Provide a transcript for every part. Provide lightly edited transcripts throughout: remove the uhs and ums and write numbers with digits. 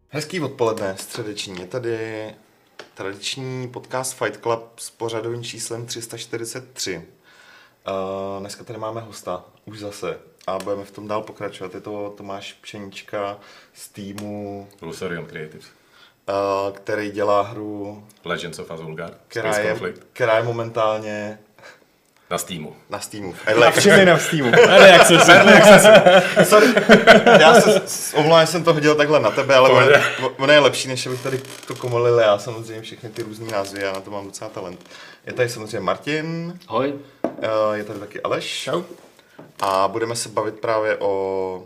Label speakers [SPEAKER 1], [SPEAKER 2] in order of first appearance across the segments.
[SPEAKER 1] Hezký odpoledne, středeční. Je tady tradiční podcast Fight Club s pořadovým číslem 343. Dneska tady máme hosta, už zase, a budeme v tom dál pokračovat. Je to Tomáš Pšenička z týmu
[SPEAKER 2] Lusorion Creatives,
[SPEAKER 1] který dělá hru
[SPEAKER 2] Legends of Azulgar,
[SPEAKER 1] která je momentálně
[SPEAKER 2] na Steamu.
[SPEAKER 1] Na Steamu.
[SPEAKER 3] A všechny na Steamu.
[SPEAKER 1] Sorry, já se omlouvám, jsem to hodil takhle na tebe, ale ono je lepší, než abych tady to komolil já samozřejmě všechny ty různý názvy, já na to mám docela talent. Je tady samozřejmě Martin.
[SPEAKER 4] Ahoj.
[SPEAKER 1] Je tady taky Aleš.
[SPEAKER 3] Čau.
[SPEAKER 1] A budeme se bavit právě o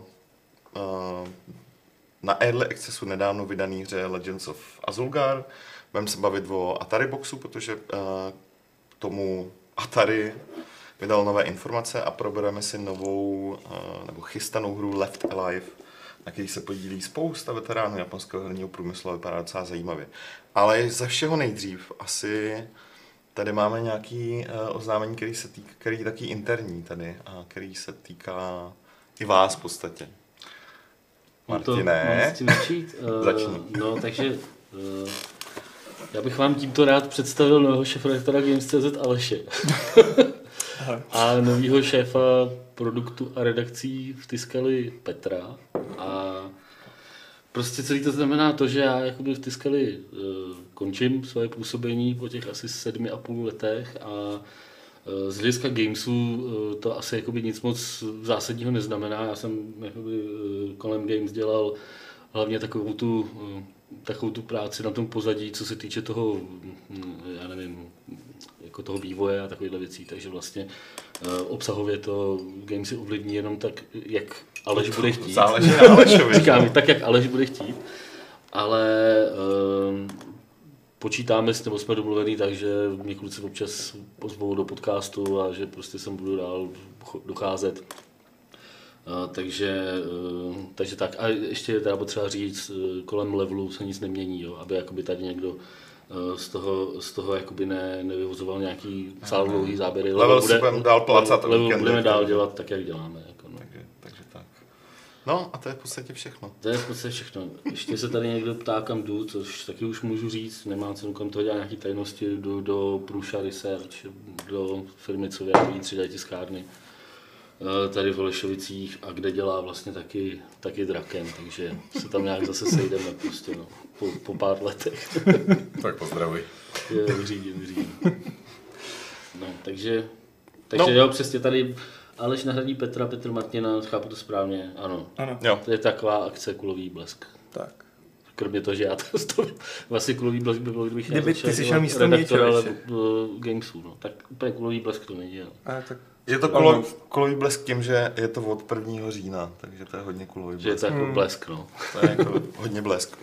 [SPEAKER 1] na Early Accessu nedávno vydaný hře Legends of Azulgar. Budeme se bavit o Atari Boxu, protože tomu Atari vydal nové informace a probereme si novou nebo chystanou hru Left Alive, na který se podílí spousta veteránů japonského herního průmyslu a vypadá docela zajímavě. Ale ze všeho nejdřív asi tady máme nějaký oznámení, který je taky interní tady a který se týká i vás v podstatě. Martine.
[SPEAKER 4] Mám s tím začít?
[SPEAKER 1] Začni.
[SPEAKER 4] No, takže já bych vám tímto rád představil nového šéfredaktora Games.cz Aleše. A novýho šéfa produktu a redakcí vtiskali Petra. A prostě celý to znamená to, že já jakoby vtiskali končím svoje působení po těch asi 7,5 letech a z hlediska Gamesu to asi jakoby nic moc zásadního neznamená. Já jsem jakoby kolem Games dělal hlavně takovou tu práci na tom pozadí, co se týče toho, já nevím, jako toho vývoje a takovýchhle věcí, takže vlastně obsahově to Gamesy ovlivní jenom tak, jak Aleš bude chtít.
[SPEAKER 1] Záleží na Alešovi.
[SPEAKER 4] Říkám, tak, jak Aleš bude chtít, ale počítáme s, nebo jsme domluvený tak, že mě kluci občas pozvou do podcastu a že prostě sem budu dál docházet. Takže tak. A ještě teda potřeba říct, kolem levelu se nic nemění, jo, aby jakoby tady někdo z toho jakoby nevyvozoval nějaký dlouhý záběry.
[SPEAKER 1] Level si budeme dál placat.
[SPEAKER 4] Level budeme dál dělat tak, jak děláme. Jako, no.
[SPEAKER 1] Takže tak. No a to je v podstatě všechno.
[SPEAKER 4] To je v podstatě všechno. Ještě se tady někdo ptá, kam jdu, což taky už můžu říct. Nemá cenu kam toho dělat nějaký tajnosti. Jdu do Prusha Research, do firmy, co vyrábí 3D tiskárny. Tady v Holešovicích a kde dělá vlastně taky Draken, takže se tam nějak zase sejdeme prostě, no, po pár letech.
[SPEAKER 2] Tak pozdravuj.
[SPEAKER 4] Vyřídím. No, takže jo, přesně tady Aleš nahradí Petra, Petr Martina, chápu to správně, ano.
[SPEAKER 1] Jo.
[SPEAKER 4] To je taková akce Kulový blesk.
[SPEAKER 3] Tak.
[SPEAKER 4] Kromě toho, že já to vlastně Kulový blesk by bylo, kdybych
[SPEAKER 3] ty jsi šel místo
[SPEAKER 4] redaktora Gamesu, no, tak úplně Kulový blesk to není, no.
[SPEAKER 3] Tak.
[SPEAKER 1] Je to kulový blesk tím, že je to od 1. října, takže to je hodně kulový blesk.
[SPEAKER 4] Že je to jako blesk, no.
[SPEAKER 1] To je jako hodně blesk.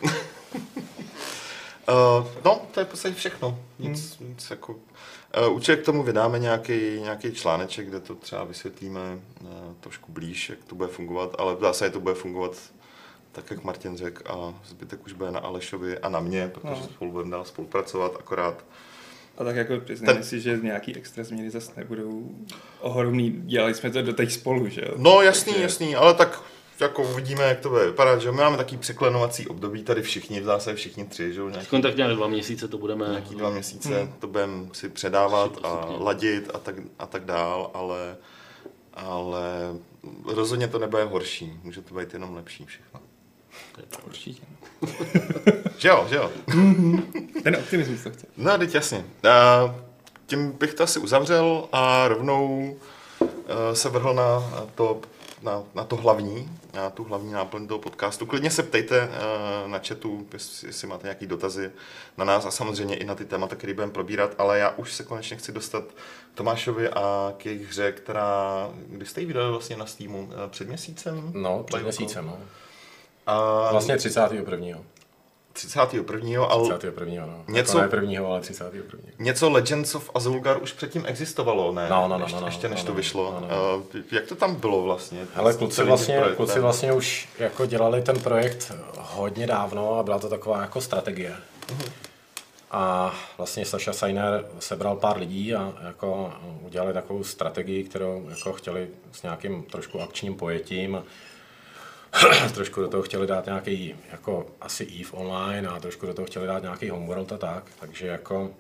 [SPEAKER 1] No, to je v podstatě všechno. Nic jako... Určitě k tomu vydáme nějaký článeček, kde to třeba vysvětlíme trošku blíž, jak to bude fungovat, ale v zásadě to bude fungovat tak, jak Martin řekl, a zbytek už bude na Alešovi a na mě, protože spolu budeme dál spolupracovat, akorát.
[SPEAKER 3] A tak jako přiznám si, že nějaký extra změny zase nebudou ohromný. Dělali jsme to doteď spolu, že jo?
[SPEAKER 1] No jasný, ale tak jako uvidíme, jak to bude vypadat, že my máme takový překlenovací období tady všichni, v zásadě všichni 3, že jo?
[SPEAKER 4] Tak nějak 2 měsíce to budeme...
[SPEAKER 1] Nějaký 2 měsíce to budeme si předávat a ladit a tak dál, ale rozhodně to nebude horší, může to být jenom lepší všechno.
[SPEAKER 3] Určitě.
[SPEAKER 1] Že jo.
[SPEAKER 3] Ten optimismus to chce.
[SPEAKER 1] No, teď jasně. Tím bych to asi uzavřel a rovnou se vrhl na tu hlavní náplň toho podcastu. Klidně se ptejte na chatu, jestli máte nějaké dotazy na nás a samozřejmě i na ty témata, které budeme probírat, ale já už se konečně chci dostat k Tomášovi a k jejich hře, kdy jste ji vydali vlastně na Steamu? Před měsícem?
[SPEAKER 2] No, před měsícem, no.
[SPEAKER 1] Vlastně
[SPEAKER 2] 31.
[SPEAKER 1] 31. Ale
[SPEAKER 2] 31. No.
[SPEAKER 1] Něco,
[SPEAKER 2] jako ne 1. ale 31.
[SPEAKER 1] Něco Legends of Azulgar už předtím existovalo, ne? Ještě než to vyšlo. No. Jak to tam bylo vlastně?
[SPEAKER 2] Ale kluci vlastně už jako dělali ten projekt hodně dávno a byla to taková jako strategie. A vlastně Saša Seiner sebral pár lidí a jako udělali takovou strategii, kterou jako chtěli s nějakým trošku akčním pojetím trošku do toho chtěli dát nějaký, jako asi EVE Online a trošku do toho chtěli dát nějaký Homeworld a tak, takže jako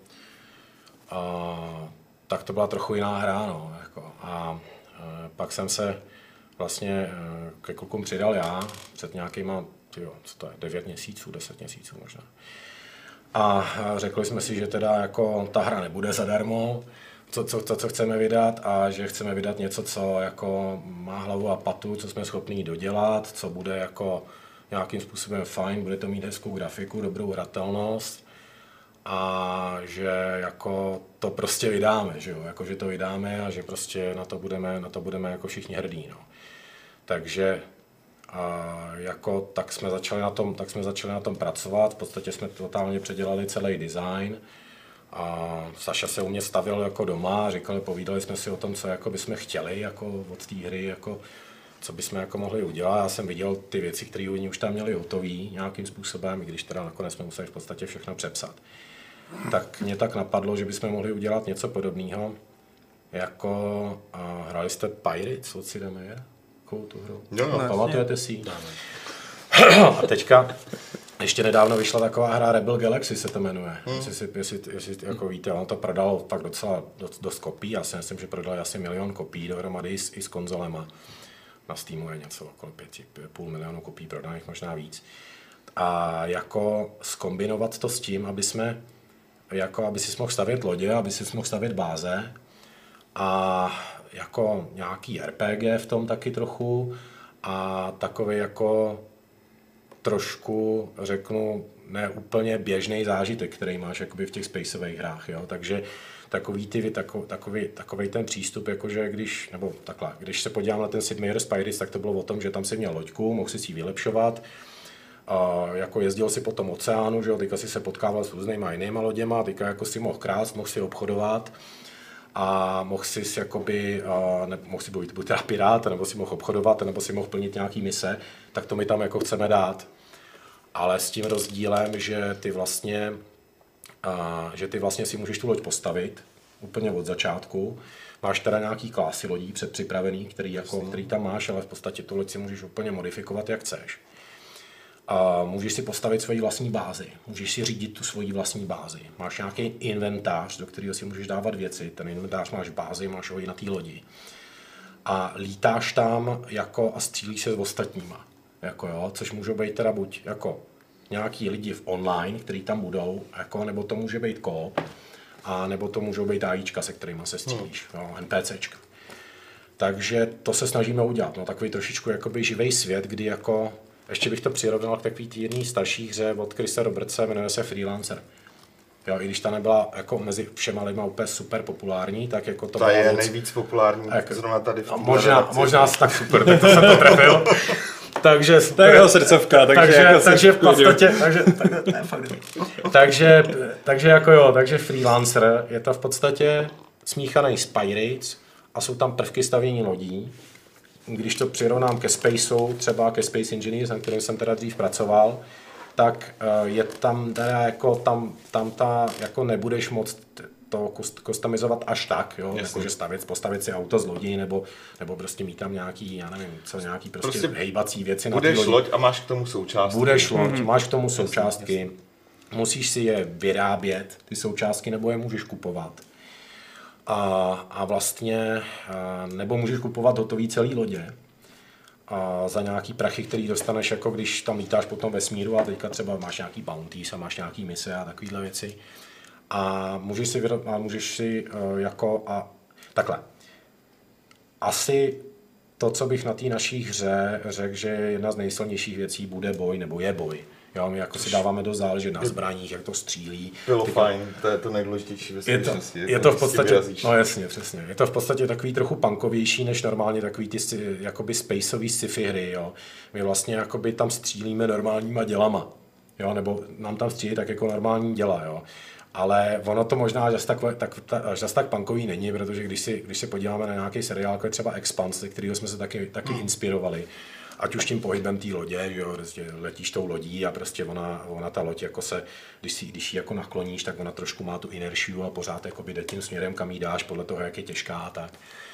[SPEAKER 2] tak to byla trochu jiná hra, no, jako. A pak jsem se vlastně ke klukům přidal já před nějakýma, co to je, 9 měsíců, 10 měsíců možná. A řekli jsme si, že teda jako ta hra nebude zadarmo, co chceme vydat a že chceme vydat něco, co jako má hlavu a patu, co jsme schopni dodělat, co bude jako nějakým způsobem fajn, bude to mít hezkou grafiku, dobrou hratelnost a že jako to prostě vydáme, že jo, jako že to vydáme a že prostě na to budeme jako všichni hrdí, no. Takže jako tak jsme začali na tom pracovat, v podstatě jsme totálně předělali celý design a Saša se u mě stavil jako doma, povídali jsme si o tom, co jako bychom chtěli jako od té hry, jako co bychom jako mohli udělat. Já jsem viděl ty věci, které oni už tam měli hotový nějakým způsobem, i když teda nakonec jsme museli v podstatě všechno přepsat. Tak mě tak napadlo, že bychom mohli udělat něco podobného, jako hráli jste Pirates od Sid Meier? Tu hru.
[SPEAKER 1] Jo,
[SPEAKER 2] pamatujete si ji? A teďka ještě nedávno vyšla taková hra Rebel Galaxy se to jmenuje. Jestli jako víte, ono to prodalo tak docela dost kopií. Já si myslím, že prodali asi 1 milion kopií dohromady i s konzolema. Na Steamu je něco okolo 5,5 milionu kopií prodaných, možná víc. A jako zkombinovat to s tím, aby si mohl stavět lodě, aby si mohl stavět báze a jako nějaký RPG v tom taky trochu a takový jako trošku, řeknu, ne úplně běžný zážitek, který máš jakoby v těch spaceových hrách, jo, takže takový ten přístup, jakože když se podívám na ten Sid Meier's Pirates, tak to bylo o tom, že tam si měl loďku, mohl si ji vylepšovat, jako jezdil si po tom oceánu, že jo, teďka si se potkával s různýma jinýma loděma, teďka jako si mohl krást, mohl si obchodovat, a mohl si být buď teda pirát, nebo si mohl obchodovat, nebo si mohl plnit nějaký mise, tak to my tam jako chceme dát. Ale s tím rozdílem, že ty vlastně si můžeš tu loď postavit úplně od začátku. Máš teda nějaký klásy lodí předpřipravený, který tam máš, ale v podstatě tu loď si můžeš úplně modifikovat, jak chceš. A můžeš si postavit svoji vlastní bázi, můžeš si řídit tu svoji vlastní bázi. Máš nějaký inventář, do kterého si můžeš dávat věci, ten inventář máš v bázi, máš ho i na té lodi. A lítáš tam jako a střílíš se s ostatníma, jako jo, což můžou být teda buď jako nějaký lidi v online, kteří tam budou, jako, nebo to může být koop, a nebo to můžou být AIčka, se kterými se střílíš, jo, NPCčka. Takže to se snažíme udělat, no, takový trošičku jakoby živej svět, kdy jako ještě bych to přirovnal k takový jedné starší hře od Chrisa Robertse, jmenuje se Freelancer. Jo, i když ta nebyla jako mezi všema lidma úplně super populární, tak jako to
[SPEAKER 1] ta je nejvíc populární,
[SPEAKER 2] jako,
[SPEAKER 1] zrovna tady v
[SPEAKER 2] možná tak super, tak to jsem to trefil. Takže
[SPEAKER 3] to je jeho srdcovka, takže
[SPEAKER 2] v podstatě, takže jako jo, takže Freelancer je to v podstatě smíchaný z Pirates a jsou tam prvky stavění lodí. Když to přirovnám ke Spaceu, třeba ke Space Engineers, na kterém jsem teda dřív pracoval, tak je tam teda jako tam jako nebudeš moc to customizovat až tak, jo, jakože postavit si auto z lodí, nebo prostě mít tam nějaký, já nevím, nějaký prostě hejbací věci na ty lodi.
[SPEAKER 1] Budeš loď a máš k tomu součástky.
[SPEAKER 2] Budeš loď, máš k tomu součástky, musíš si je vyrábět, ty součástky, nebo je můžeš kupovat. A vlastně, nebo můžeš kupovat hotový celý lodě a za nějaký prachy, který dostaneš, jako když tam lítáš po tom vesmíru a teďka třeba máš nějaký bounties a máš nějaký mise a takovýhle věci. A můžeš si jako takhle. Asi to, co bych na té naší hře řekl, že jedna z nejsilnějších věcí bude boj, nebo je boj. Jo, my jako si dáváme dost záležet na zbraních, jak to střílí.
[SPEAKER 1] Bylo fajn, to je to nejdůležitější věc.
[SPEAKER 2] Je to v podstatě, no jasně, přesně. Je to v podstatě takový trochu punkovější, než normálně takový ty jakoby spaceový sci-fi hry, jo. My vlastně jakoby tam střílíme normálníma dělama, jo, nebo nám tam střílí tak jako normální děla, jo. Ale ono to možná až zas tak punkový není, protože když se podíváme na nějaký seriál, jako je třeba Expanse, kterýho jsme se taky inspirovali, ať už tím pohybem té lodě, že jo, prostě letíš tou lodí a prostě ona ta loď, jako se, když ji jako nakloníš, tak ona trošku má tu ineršiu a pořád jakoby jde tím směrem, kam jí dáš, podle toho, jak je těžká a tak.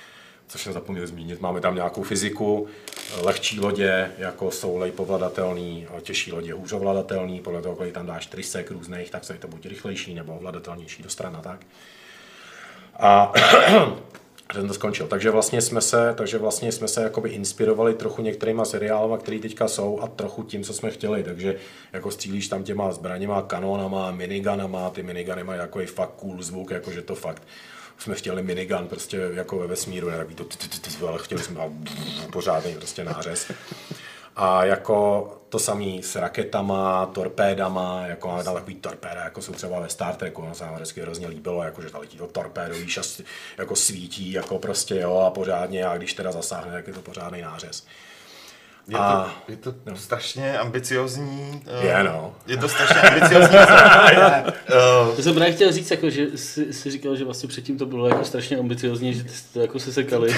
[SPEAKER 2] což jsem zapomněl zmínit. Máme tam nějakou fyziku, lehčí lodě, jako jsou lejpovladatelný, těžší lodě hůř ovladatelný, podle toho, kolik tam dáš trysek různých, tak se to buď rychlejší nebo ovladatelnější do stran a tak. A jsem to skončil. Takže vlastně jsme se jakoby inspirovali trochu některýma seriálama, které teďka jsou a trochu tím, co jsme chtěli. Takže jako střílíš tam těma zbraněma, kanonama, minigunama, ty miniguny mají takový fakt cool zvuk, jakože to fakt jsme chtěli minigun prostě jako ve vesmíru, ne takový to, ale chtěli jsme pořádný prostě nářez. A jako to samý s raketama, torpédama, jako máme tam takový torpéda, jako jsou třeba ve Star Treku, no se nám vždycky hrozně líbilo, jako že tam letí to torpédo, víš, a jako svítí, jako prostě jo a pořádně, a když teda zasáhne, tak je to pořádný nářez.
[SPEAKER 1] Je to strašně ambiciozní.
[SPEAKER 2] No.
[SPEAKER 1] Je to strašně ambiciozní.
[SPEAKER 4] To jsem právě chtěl říct, jako, že jsi říkal, že vlastně předtím to bylo jako strašně ambiciozní, že jste to jako sesekali.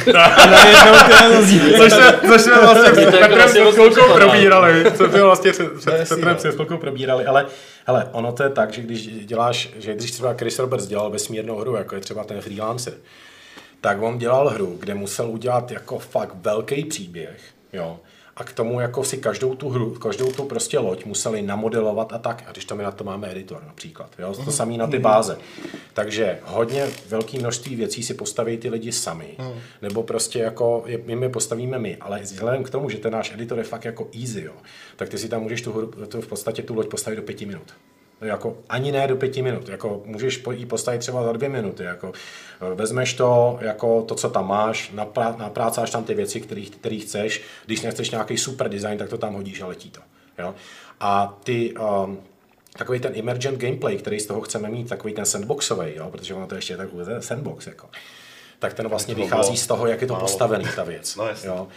[SPEAKER 2] Což jsme vlastně před chvilkou probírali. Před chvilkou probírali, ale hele, ono to je tak, že když třeba Chris Roberts dělal vesmírnou hru, jako je třeba ten Freelancer, tak on dělal hru, kde musel udělat jako fakt velký příběh, jo. A k tomu jako si každou tu prostě loď museli namodelovat a tak. A když tam na to máme editor například. Jo? To samý na ty báze. Takže hodně velké množství věcí si postaví ty lidi sami. Nebo prostě jako my postavíme my. Ale vzhledem k tomu, že ten náš editor je fakt jako easy, jo, tak ty si tam můžeš v podstatě tu loď postavit do 5 minut. Jako ani ne do 5 minut, jako můžeš ji postavit třeba za 2 minuty, jako vezmeš to, jako to, co tam máš, naprácáš tam ty věci, které chceš, když nechceš nějaký super design, tak to tam hodíš a letí to. Jo? A takový ten emergent gameplay, který z toho chceme mít, takový ten sandboxový, jo? Protože ono to ještě je takový sandbox, jako, tak ten vlastně vychází z toho, jak je to postavený, ta věc.
[SPEAKER 1] No,
[SPEAKER 2] jo?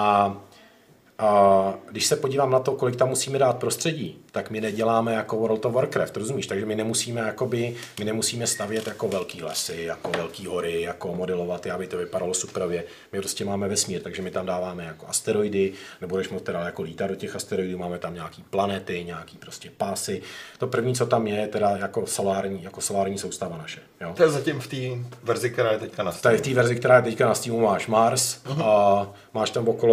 [SPEAKER 2] A když se podívám na to, kolik tam musíme dát prostředí, tak my neděláme jako World of Warcraft, rozumíš? Takže my nemusíme stavět jako velký lesy, jako velký hory, jako modelovat, aby to vypadalo superově. My prostě máme vesmír, takže my tam dáváme jako asteroidy, nebudeš moct teda jako lítat do těch asteroidů, máme tam nějaký planety, nějaký prostě pásy. To první, co tam je teda jako solární soustava naše. Jo?
[SPEAKER 1] To je zatím v té verzi, která je teďka na Steamu.
[SPEAKER 2] V té verzi, která je teďka na Steamu, máš Mars a máš tam okolo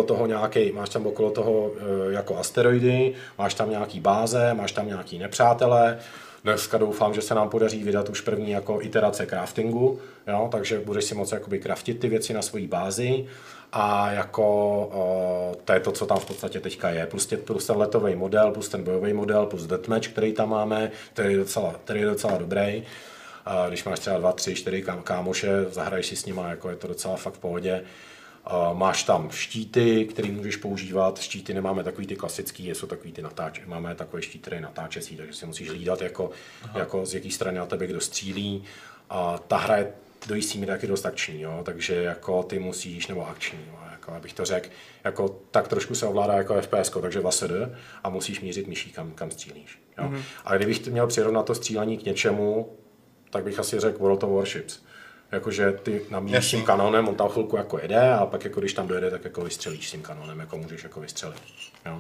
[SPEAKER 2] toho jako asteroidy, máš tam nějaký báze, máš tam nějaký nepřátelé. Dneska doufám, že se nám podaří vydat už první jako iterace craftingu, jo? Takže budeš si moct jakoby craftit ty věci na svojí bázi a jako to je to, co tam v podstatě teďka je, plus ten letový model, plus ten bojový model, plus deathmatch, který tam máme, který je docela dobrý. Když máš třeba 2, 3, 4 kámoše, zahraješ si s nima, jako je to docela fakt v pohodě. Máš tam štíty, které můžeš používat. Štíty nemáme takový ty klasický, jsou takový ty natáčecí. Máme takový štít, který natáčecí, takže si musíš hlídat, jako z jaký strany na tebe kdo střílí. A ta hra je do jistý míry taky dost akční, jo? Takže jako ty musíš, nebo akční, jo? Jako abych to řekl, jako tak trošku se ovládá jako FPS, takže VSD a musíš mířit myší, kam střílíš. Jo? A kdybych měl přirovnat to střílení k něčemu, tak bych asi řekl World of Warships. Jakože ty namíříš tím kanonem, on tam chvilku jako jede a pak jako když tam dojede, tak jako vystřelíš tím kanonem, jako můžeš jako vystřelit. Jo.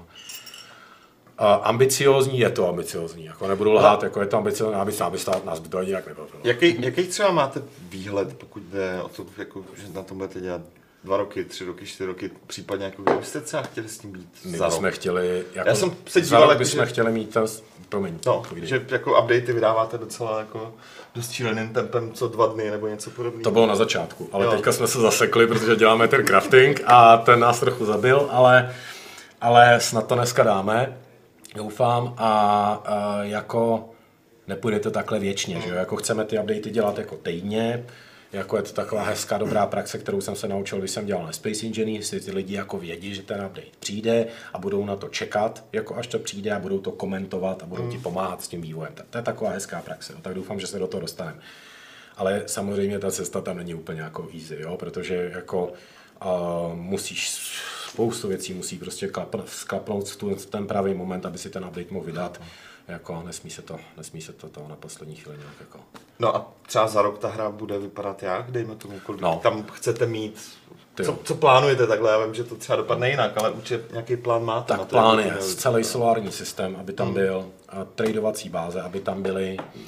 [SPEAKER 2] Ambiciózní je to ambiciozní, jako nebudu lhát, jako je to ambiciozní, aby nás by to nějak nebavilo.
[SPEAKER 1] Jaký třeba máte výhled, pokud jde o to, jako, že na tom budete dělat 2 roky, 3 roky, 4 roky, případně jako kdybyste třeba chtěli s tím být
[SPEAKER 2] my
[SPEAKER 1] za rok?
[SPEAKER 2] Jsme chtěli, jako
[SPEAKER 1] já jsem se
[SPEAKER 2] za rok bychom chtěli mít ten, promiň.
[SPEAKER 1] No, že jako updatey vydáváte docela jako dost šíleným tempem co 2 dny nebo něco podobného.
[SPEAKER 2] To bylo na začátku, ale teďka jsme se zasekli, protože děláme ten crafting a ten nás trochu zabil, ale snad to dneska dáme, doufám, a jako nepůjde to takhle věčně, že jo? Jako chceme ty updatey dělat jako týdně, jako je to taková hezká dobrá praxe, kterou jsem se naučil, když jsem dělal na Space Engineer, si ty lidi jako vědí, že ten update přijde a budou na to čekat, jako až to přijde a budou to komentovat a budou ti pomáhat s tím vývojem. To je taková hezká praxe, no, tak doufám, že se do toho dostaneme. Ale samozřejmě ta cesta tam není úplně jako easy, jo, protože jako musíš spoustu věcí musí prostě sklapnout v ten pravý moment, aby si ten update mohl vydat. Jako nesmí se to na poslední chvíli nějak jako.
[SPEAKER 1] No a třeba za rok ta hra bude vypadat jak? Dejme tomu, kolik tam chcete mít. Co plánujete takhle? Já vím, že to třeba dopadne jinak, ale určitě nějaký plán máte.
[SPEAKER 2] Tak plán je celý solární systém, aby tam byl tradovací báze, aby tam byly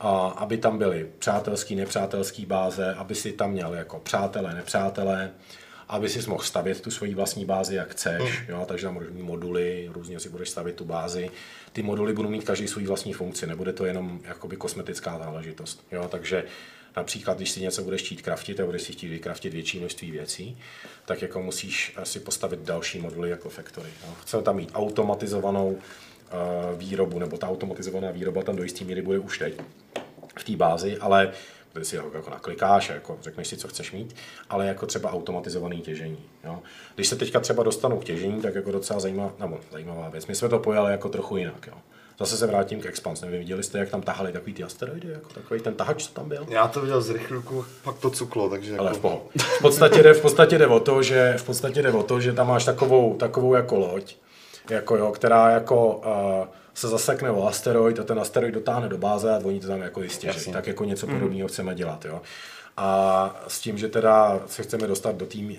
[SPEAKER 2] a aby tam byly přátelský, nepřátelský báze, aby si tam měl jako přátelé, nepřátelé, aby si mohl stavět tu svoji vlastní bázi, jak chceš, jo? Takže tam různý moduly, různě si budeš stavět tu bázi. Ty moduly budou mít každý svůj vlastní funkci, nebude to jenom jakoby kosmetická záležitost. Jo? Takže například, když si něco budeš chtít craftit a budeš si chtít vykraftit větší množství věcí, tak jako musíš si postavit další moduly jako factory. Jo? Chceme tam mít automatizovanou výrobu, nebo ta automatizovaná výroba tam do jistý míry bude už teď v té bázi, ale ty si jako naklikáš a jako řekneš si, co chceš mít, ale jako třeba automatizované těžení. Jo? Když se teďka třeba dostanu k těžení, tak jako docela zajímavá věc. My jsme to pojali jako trochu jinak. Jo? Zase se vrátím k Expanse. Nevím, viděli jste, jak tam tahali takový ty asteroidy, jako takový ten tahač, co tam byl?
[SPEAKER 1] Já to viděl z rychlíku, pak to cuklo, takže
[SPEAKER 2] ale
[SPEAKER 1] jako...
[SPEAKER 2] v podstatě jde o to, že tam máš takovou jako loď, jako jo, která jako se zasekne o asteroid a ten asteroid dotáhne do báze a oni to tam jako jistěží. Tak jako něco podobného chceme dělat. Jo. A s tím, že teda se chceme dostat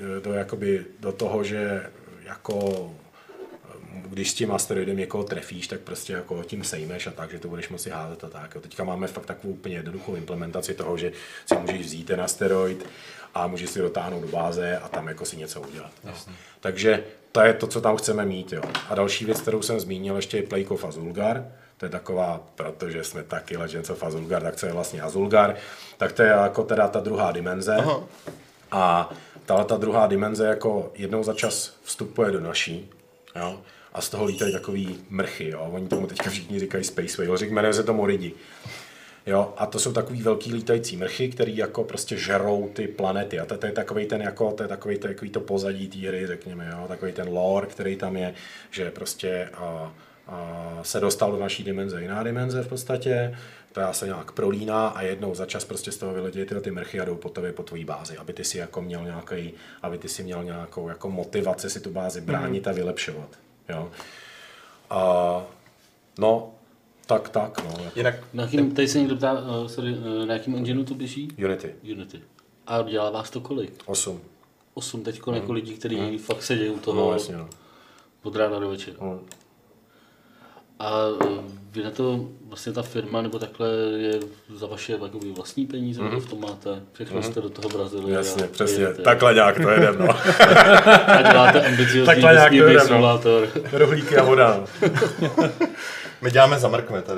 [SPEAKER 2] do toho, že jako když s tím asteroidem někoho trefíš, tak prostě jako tím sejmeš a tak, že to budeš moci házet a tak. Jo. Teďka máme fakt takovou úplně jednoduchou implementaci toho, že si můžeš vzít ten asteroid a můžeš si dotáhnout do báze a tam jako si něco udělat. Takže to je to, co tam chceme mít. Jo. A další věc, kterou jsem zmínil, ještě je Plague of Azulgar. To je taková, protože jsme taky Legends of Azulgar, tak co je vlastně Azulgar, tak to je jako teda ta druhá dimenze. Aha. A ta druhá dimenze jako jednou za čas vstupuje do naší. Jo. A z toho lítají takový mrchy. Jo. Oni tomu teďka všichni říkají Space Whale, jmenuje se tomu Ridi. Jo, a to jsou takový velký lítající mrchy, který jako prostě žerou ty planety. A to je takový ten jako, to je takový to pozadí té hry, řekněme, jo, takový ten lore, který tam je, že prostě se dostal do naší dimenze jiná dimenze v podstatě, která se nějak prolíná a jednou za čas prostě z toho vyletějí ty mrchy a jdou po tobě, po tvojí bázi, aby ty si jako měl nějakou jako motivaci si tu bázi bránit a vylepšovat. Jo. No, tak, no.
[SPEAKER 1] Jinak,
[SPEAKER 4] tady se někdo ptá, na jakým engineu to běží?
[SPEAKER 2] Unity.
[SPEAKER 4] A dělá vás to kolik?
[SPEAKER 2] 8.
[SPEAKER 4] 8 teďko jako lidí, kteří fakt sedějí u toho
[SPEAKER 2] jasně, no.
[SPEAKER 4] od rána do večera. A vy na to, vlastně ta firma nebo takhle je za vaše vlastní peníze, v tom máte, všechno jste do toho vrazili.
[SPEAKER 2] Jasně, přesně, takhle nějak to jedem, no.
[SPEAKER 4] A děláte ambiciozní vesmírný simulátor.
[SPEAKER 2] Rohlíky a voda.
[SPEAKER 1] My děláme zamrkve tady.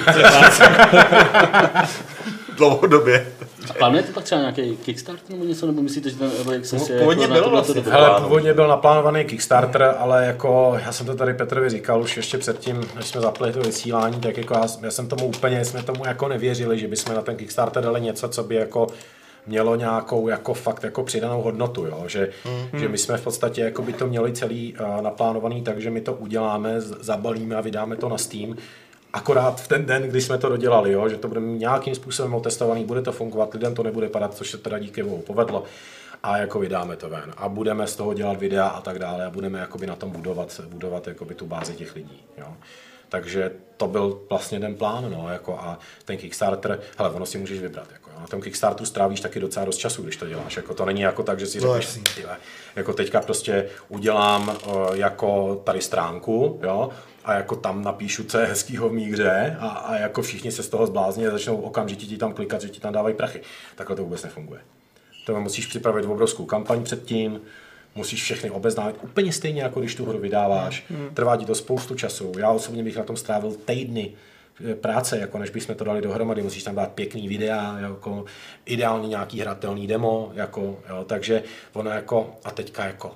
[SPEAKER 1] Dlouhodobě.
[SPEAKER 4] A plánujete pak třeba nějaký Kickstarter nebo něco, nebo myslíte, že ten Early Access je
[SPEAKER 1] původně
[SPEAKER 4] jako
[SPEAKER 1] byl vlastně.
[SPEAKER 2] Hele, původně byl naplánovaný Kickstarter, ale jako já jsem to tady Petrovi říkal už ještě předtím, než jsme zapli to vysílání, tak jako jsme tomu jako nevěřili, že bychom na ten Kickstarter dali něco, co by jako mělo nějakou jako fakt jako přidanou hodnotu, jo? Že my jsme v podstatě jako by to měli celý naplánovaný, takže my to uděláme, zabalíme a vydáme to na Steam. Akorát v ten den, kdy jsme to dodělali, jo? Že to bude nějakým způsobem otestovaný, bude to fungovat, lidem to nebude padat, což se teda díky bohu povedlo. A jako vydáme to ven. A budeme z toho dělat videa a tak dále a budeme jakoby na tom budovat jakoby tu bázi těch lidí. Jo? Takže to byl vlastně ten plán, no, jako a ten Kickstarter, hele, ono si můžeš vybrat, jako, na tom Kickstarteru strávíš taky docela dost času, když to děláš, jako to není jako tak, že si řekneš, jako teďka prostě udělám jako tady stránku, jo, a jako tam napíšu, co je hezkýho v mý hře a jako všichni se z toho zblázní a začnou okamžitě ti tam klikat, že ti tam dávají prachy. Takhle to vůbec nefunguje. To musíš připravit obrovskou kampaň předtím, musíš všechny obeznámit úplně stejně, jako když tu hru vydáváš. Trvá ti to spoustu času. Já osobně bych na tom strávil týdny práce, jako než bychom to dali dohromady. Musíš tam dát pěkný videa, jako ideálně nějaký hratelný demo, jako, jo, takže ono jako, a teďka jako,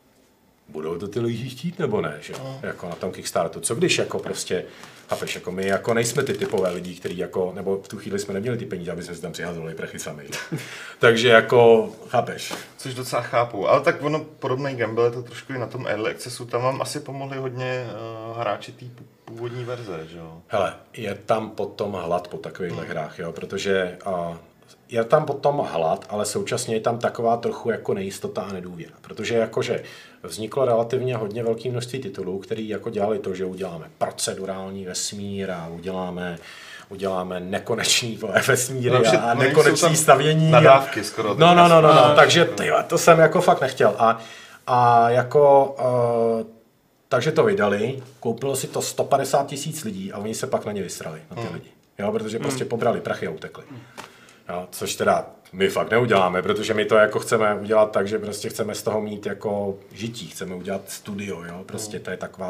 [SPEAKER 2] budou to ty lidi chtít nebo ne, že? Jako na tom Kickstarteru. Co když jako prostě, chápeš, jako my jako nejsme ty typové lidi, kteří jako, nebo v tu chvíli jsme neměli ty peníze, aby jsme si tam přihazovali prachy sami. Takže jako, chápeš.
[SPEAKER 1] Což docela chápu, ale tak ono podobný gamble je to trošku i na tom Early Accessu, tam vám asi pomohli hodně hráči té původní verze, že jo? Hele,
[SPEAKER 2] je tam potom hlad po takovýchhle hrách, jo, protože je tam potom hlad, ale současně je tam taková trochu jako nejistota a nedůvěra, protože jakože vzniklo relativně hodně velké množství titulů, který jako dělali to, že uděláme procedurální vesmír a uděláme nekonečný vesmíry a nekonečný stavění.
[SPEAKER 1] Nadávky skoro.
[SPEAKER 2] No, takže to jsem jako fakt nechtěl. A jako takže to vydali, koupilo si to 150 000 lidí a oni se pak na ně vysrali, na ty lidi. jo, protože prostě pobrali prachy a utekli. Jo, což teda my fakt neuděláme, protože my to jako chceme udělat tak, že prostě chceme z toho mít jako žití, chceme udělat studio, jo, prostě to je taková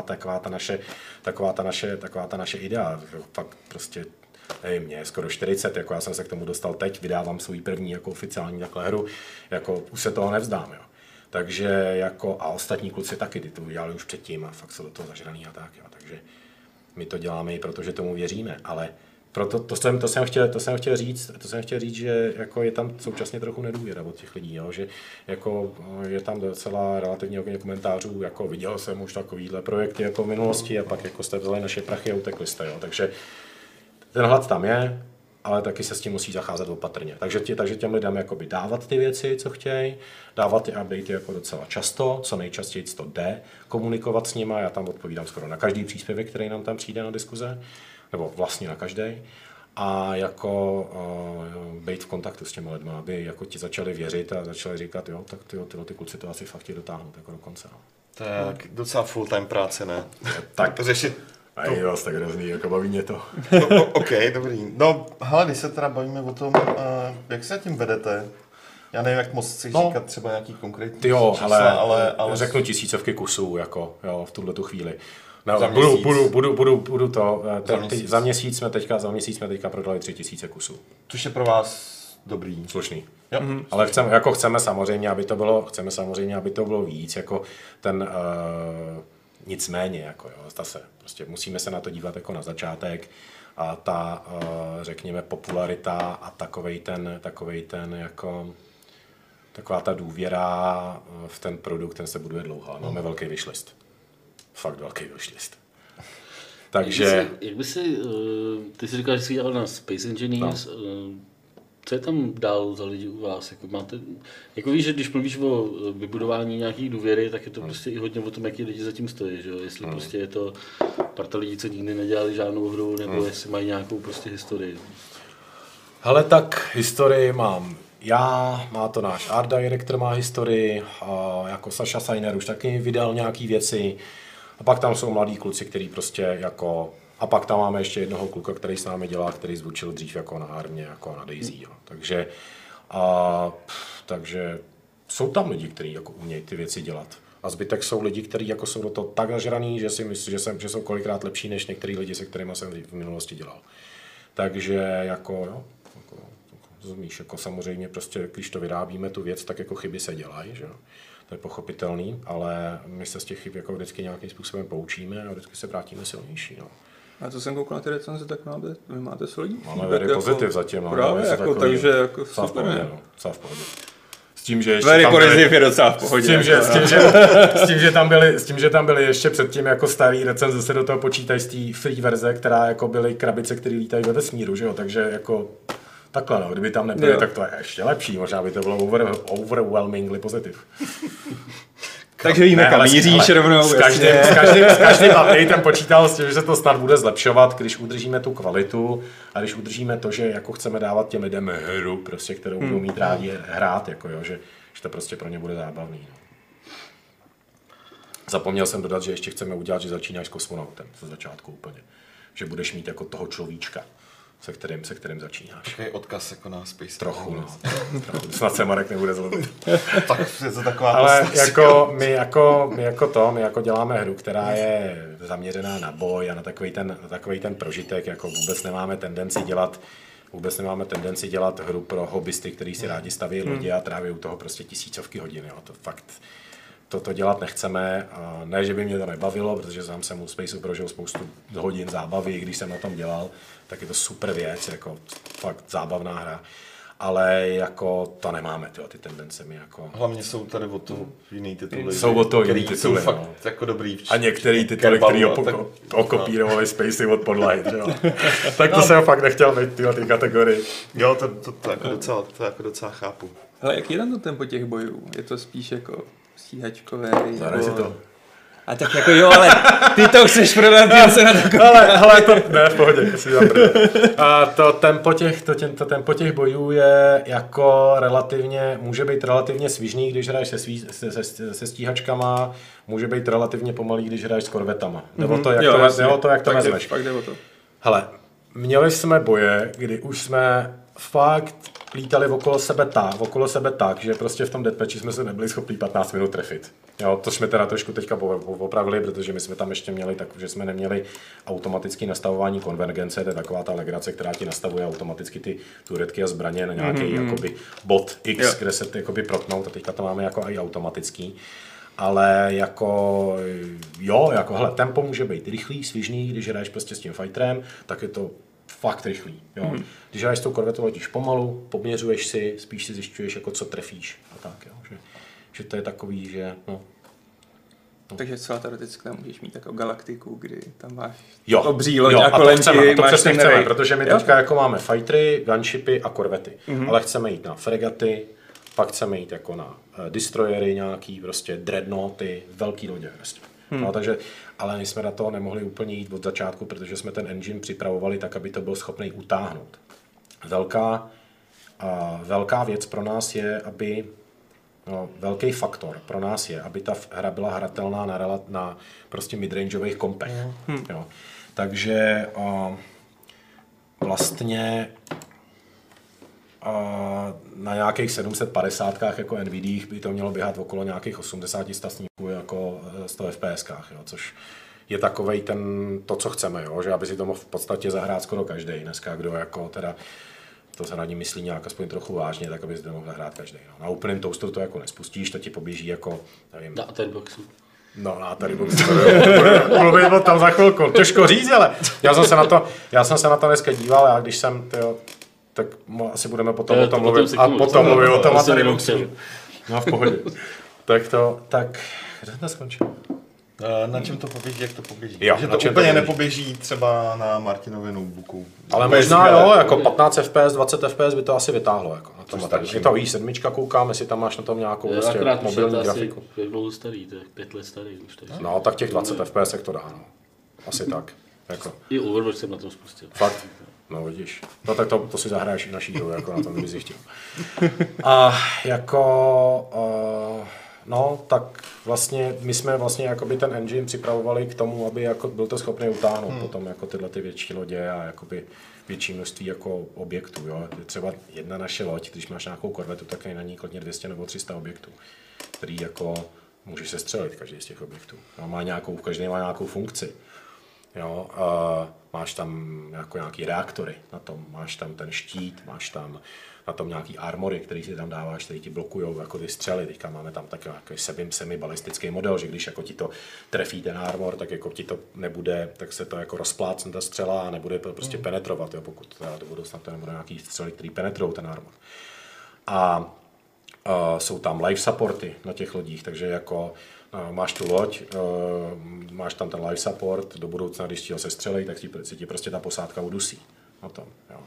[SPEAKER 2] ta naše idea, fakt prostě, nevím, mě je skoro 40, jako já jsem se k tomu dostal teď, vydávám svůj první jako oficiální takhle hru, jako už se toho nevzdám, jo. Takže jako, a ostatní kluci taky, ty to udělali už předtím a fakt jsou do toho zažraný a tak, jo, takže my to děláme i proto, že tomu věříme, ale proto to jsem chtěl říct, že jako je tam současně trochu nedůvěra od těch lidí, jo? Že jako je tam docela relativně hodně komentářů, jako viděl jsem už takovýhle projekty jako v minulosti a pak jako jste vzali naše prachy a utekli jste, jo? Takže ten hlad tam je, ale taky se s tím musí zacházet opatrně. Takže těm lidem jakoby dávat ty věci, co chtějí, dávat ty updaty jako docela často, co nejčastěji to jde, komunikovat s nima, já tam odpovídám skoro na každý příspěvek, který nám tam přijde na diskuze, nebo vlastně na každý, a jako být v kontaktu s těmi lidmi, aby jako ti začali věřit a začali říkat, jo, tak ty kluci to asi fakt chtějí dotáhnout jako do konce. No.
[SPEAKER 1] To je docela full-time práce, ne?
[SPEAKER 2] Tak
[SPEAKER 1] to řešit.
[SPEAKER 2] A je vás tak hrozný, jako baví mě to.
[SPEAKER 1] No, OK, dobrý. No, hele, když se teda bavíme o tom, jak se tím vedete, já nevím, jak moc chci říkat třeba nějaký konkrétní
[SPEAKER 2] čísla, ale řeknu tisícovky kusů, jako, jo, v tuhletu chvíli. No, budu to. Za měsíc jsme teďka prodali 3000 kusů.
[SPEAKER 1] Což je pro vás dobrý.
[SPEAKER 2] Slušný.
[SPEAKER 1] Jo.
[SPEAKER 2] Ale chceme samozřejmě, aby to bylo víc, jako ten nicméně, jako jo, zase, prostě musíme se na to dívat jako na začátek a ta, řekněme, popularita a takovej ten jako taková ta důvěra v ten produkt, ten se buduje dlouho. Máme velký wishlist. Fakt velký wishlist. Takže...
[SPEAKER 4] Jak by si, ty jsi říkal, že jsi dělal na Space Engineers, co je tam dál za lidi u vás? Jako víš, že když mluvíš o vybudování nějakých důvěry, tak je to prostě i hodně o tom, jaký lidi zatím stojí, že jo? Jestli prostě je to parta lidí, co nikdy nedělali žádnou hru, nebo jestli mají nějakou prostě historii.
[SPEAKER 2] Hele, tak historii mám má to náš art director, má historii, jako Saša Sajner už taky vydal nějaký věci. A pak tam jsou mladí kluci, který prostě jako... A pak tam máme ještě jednoho kluka, který s námi dělá, který zvučil dřív jako na Armě, jako na Daisy. Jo. Takže jsou tam lidi, kteří jako umějí ty věci dělat. A zbytek jsou lidi, kteří jako jsou do toho tak nažraný, že si myslím, že jsou kolikrát lepší než některý lidi, se kterými jsem v minulosti dělal. Takže jako rozumíš, jako samozřejmě prostě, když to vyrábíme tu věc, tak jako chyby se dělají, že jo. To je pochopitelný, ale my se z těch chyb jako vždycky nějakým způsobem poučíme a vždycky se vrátíme silnější, no.
[SPEAKER 3] A co jsem koukal na ty recenze, tak vy máte solidní.
[SPEAKER 2] Máme very pozitiv zatím, no.
[SPEAKER 3] Právě, jako, takže jako super,
[SPEAKER 2] ne? Docela v pohodě. S tím, že ještě
[SPEAKER 3] very pozitiv je docela v pohodě.
[SPEAKER 2] S tím, že tam byly ještě předtím jako starý recenze, se do toho počítají z té free verze, která jako byly krabice, které lítají ve vesmíru, že jo, takže jako takhle, no, kdyby tam nebyly, tak to je ještě lepší, možná by to bylo overwhelmingly pozitiv.
[SPEAKER 3] Takže víme, kam míříš rovnou.
[SPEAKER 2] S každým updatem počítal s tím, že se to snad bude zlepšovat, když udržíme tu kvalitu a když udržíme to, že jako chceme dávat těm lidem hru, prostě, kterou budou mít rádi hrát, jako jo, že to prostě pro ně bude zábavný. No. Zapomněl jsem dodat, že ještě chceme udělat, že začínáš s kosmonautem ze začátku úplně. Že budeš mít jako toho človíčka, se kterým začínáš.
[SPEAKER 1] Takový odkaz jako na Space.
[SPEAKER 2] Trochu, no. Snad se Marek nebude zlobit.
[SPEAKER 1] Tak je to taková...
[SPEAKER 2] Ale my jako děláme hru, která je zaměřená na boj a na takový ten prožitek, jako vůbec nemáme tendenci dělat hru pro hobbysty, kteří si rádi staví lodi a tráví u toho prostě tisícovky hodin, jo. To fakt... To dělat nechceme, ne, že by mě to nebavilo, protože sám jsem u Spaceu prožil spoustu hodin zábavy, když jsem na tom dělal, tak je to super věc, jako fakt zábavná hra, ale jako to nemáme, ty tendence mi jako...
[SPEAKER 1] Hlavně jsou tady o to jiný tituly,
[SPEAKER 2] jsou o to jiný tituly,
[SPEAKER 1] jsou fakt jako dobrý.
[SPEAKER 2] A některý tituly, který okopírovali Spacey od Podlight, jo. Tak to jsem fakt nechtěl být ty kategorii.
[SPEAKER 1] Jo, to jako docela chápu.
[SPEAKER 3] Hele, jaký je tam to tempo těch bojů? Je to spíš jako stíhačkové?
[SPEAKER 2] Zahraj si to.
[SPEAKER 3] A tak jako jo, ale ty to chceš prodat, já se na to
[SPEAKER 2] ale to ne, v pohodě, si a to tempo těch bojů je jako může být relativně svižný, když hraješ se stíhačkama, může být relativně pomalý, když hraješ s korvetama. Jde o to, jak to vezmeš.
[SPEAKER 3] Fakt jde o to.
[SPEAKER 2] Hele, měli jsme boje, kdy už jsme fakt lítali okolo sebe tak, že prostě v tom deathmatchi jsme se nebyli schopni 15 minut trefit. Jo, to jsme teda trošku teďka opravili, protože my jsme tam ještě měli tak, že jsme neměli automatické nastavování konvergence, to je taková ta legrace, která ti nastavuje automaticky ty turetky a zbraně na nějaký jakoby bod X, kde se ty jakoby protnout, a teďka to máme jako i automatický. Ale jako hele, tempo může být rychlý, svižný, když hraješ prostě s tím fighterem, tak je to fakt rychlý. Jo. Když hraješ s tou korvetou, letíš pomalu, poměřuješ si, spíš si zjišťuješ, jako co trefíš a tak, jo. Že to je takový, že no.
[SPEAKER 3] Takže celá teoreticky tam můžeš mít takovou galaktiku, kdy tam máš
[SPEAKER 2] Jo,
[SPEAKER 3] obří loď a kolenky.
[SPEAKER 2] A to přesně chceme, protože my teďka jako máme fightery, gunshipy a korvety, ale chceme jít na fregaty, pak chceme jít jako na destroyery nějaký, prostě dreadnoughty, velký lodě prostě. No, takže, ale my jsme na to nemohli úplně jít od začátku, protože jsme ten engine připravovali tak, aby to byl schopný utáhnout. Velká věc pro nás je, aby velký faktor pro nás je, aby ta hra byla hratelná na prostě midrangeových kompech. Jo. Takže vlastně na nějakých 750 jako NVIDIích by to mělo běhat okolo nějakých 80 stasníků jako 100 FPS, jo, což je takovej to, co chceme, jo, že aby si to mohl v podstatě zahrát skoro každý dneska, kdo jako teda to se na ní myslí nějak aspoň trochu vážně, tak aby si to mohl zahrát každý. No. Na úplném toasteru to jako nespustíš, to ti poběží jako, nevím.
[SPEAKER 4] Na Atariboxu.
[SPEAKER 2] No, na Atariboxu. Mluvím o tom za chvilku. Těžko říct, ale já jsem se na to dneska díval a když jsem, tak asi budeme potom o tom mluvit. A potom mluvím o tom Atariboxu. No, v pohodě. Tak, kde jsem to skončil?
[SPEAKER 1] Na čem to poběží, jak to poběží.
[SPEAKER 2] Jo,
[SPEAKER 1] že to úplně nepoběží třeba na Martinově notebooku.
[SPEAKER 2] Ale možná jo, jako 15 FPS, 20 FPS by to asi vytáhlo. Jako na tom je to i7 koukám, jestli tam máš na tom nějakou prostě mobilní grafiku.
[SPEAKER 4] Jak dlouho starý, to je 5 let starý už. Takže.
[SPEAKER 2] No, tak těch 20 FPS jak to dá, no. Asi tak. Jako.
[SPEAKER 4] I Overwatch jsem na tom spustil.
[SPEAKER 2] Fakt? No vidíš. No tak to si zahraješ i naší hru, jako na tom, kdyby si chtěl. A jako... No, tak vlastně my jsme vlastně jakoby ten engine připravovali k tomu, aby jako byl to schopný utáhnout potom jako tyhle ty větší lodě a jakoby větší množství jako objektů. Jo. Je třeba jedna naše loď, když máš nějakou korvetu, tak je na ní klidně 200 nebo 300 objektů, který jako můžeš sestřelit každý z těch objektů. No, každý má nějakou funkci. Jo, máš tam jako nějaký reaktory na tom, máš tam ten štít, máš tam na tom nějaký armory, který si tam dáváš, který ti blokujou jako ty střely. Teďka máme tam takový semibalistický model, že když jako ti to trefí ten armor, tak jako ti to nebude, tak se to jako rozplácne ta střela a nebude to prostě penetrovat, jo, pokud do budoucna to nebude nějaký střely, který penetrují ten armor. A jsou tam life supporty na těch lodích, takže jako máš tu loď, máš tam ten life support, do budoucna, když ti ho sestřelej, tak si ti prostě ta posádka udusí. Na tom, jo.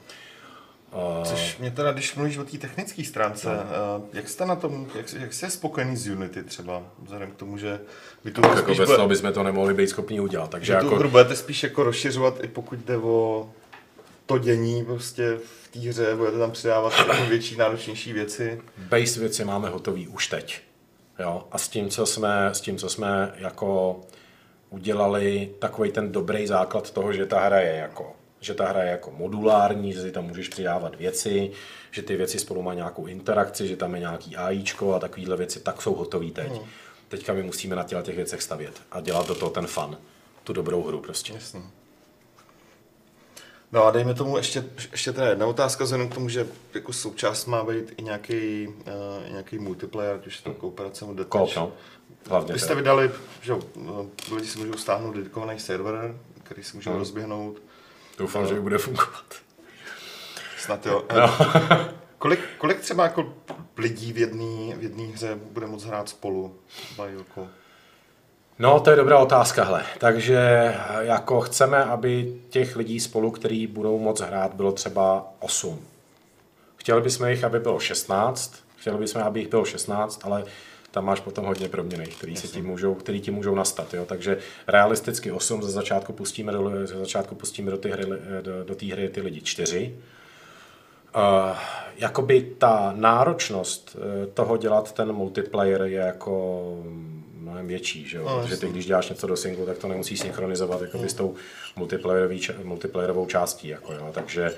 [SPEAKER 1] Což mě teda, když mluvíš o té technické stránce, jak jste na tom, jak jste spokojený z Unity třeba, vzhledem k tomu, že vy tu
[SPEAKER 2] jako bez toho bychom to nemohli být schopni udělat. Takže
[SPEAKER 1] jako... tu hru budete spíš jako rozšiřovat, i pokud jde o to dění prostě v té hře, budete tam přidávat jako větší, náročnější věci.
[SPEAKER 2] Base věci máme hotový už teď. Jo? A s tím, co jsme jako udělali takový ten dobrý základ toho, že ta hra je jako modulární, že si tam můžeš přidávat věci, že ty věci spolu mají nějakou interakci, že tam je nějaký AIčko a takovýhle věci, tak jsou hotový teď. Teďka my musíme na těch věcech stavět a dělat do toho ten fun, tu dobrou hru prostě.
[SPEAKER 1] Jasně. No a dejme tomu ještě teda jedna otázka, vzhledem k tomu, že jako součást má být i nějaký multiplayer, ať už je to kooperace nebo deathmatch.
[SPEAKER 2] No. Hlavně
[SPEAKER 1] vy jste vydali, že lidi si můžou stáhnout dedikovaný server, který si můžou rozběhnout.
[SPEAKER 2] Doufám, že bude fungovat.
[SPEAKER 1] Snad jo. No. Kolik třeba jako lidí v jedné hře bude moct hrát spolu?
[SPEAKER 2] No, to je dobrá otázka, hele. Takže jako chceme, aby těch lidí spolu, kteří budou moct hrát, bylo třeba 8. Chtěli bychom jich, aby bylo 16. Aby jich bylo 16, ale tam máš potom hodně proměny, který ti můžou nastat. Jo? Takže realisticky 8, ze začátku pustíme do té hry ty lidi 4. Jakoby ta náročnost toho dělat ten multiplayer je jako mnohem větší, že jo? Protože ty, když děláš něco do singlu, tak to nemusíš synchronizovat jako s tou multiplayerovou částí, jako, jo? Takže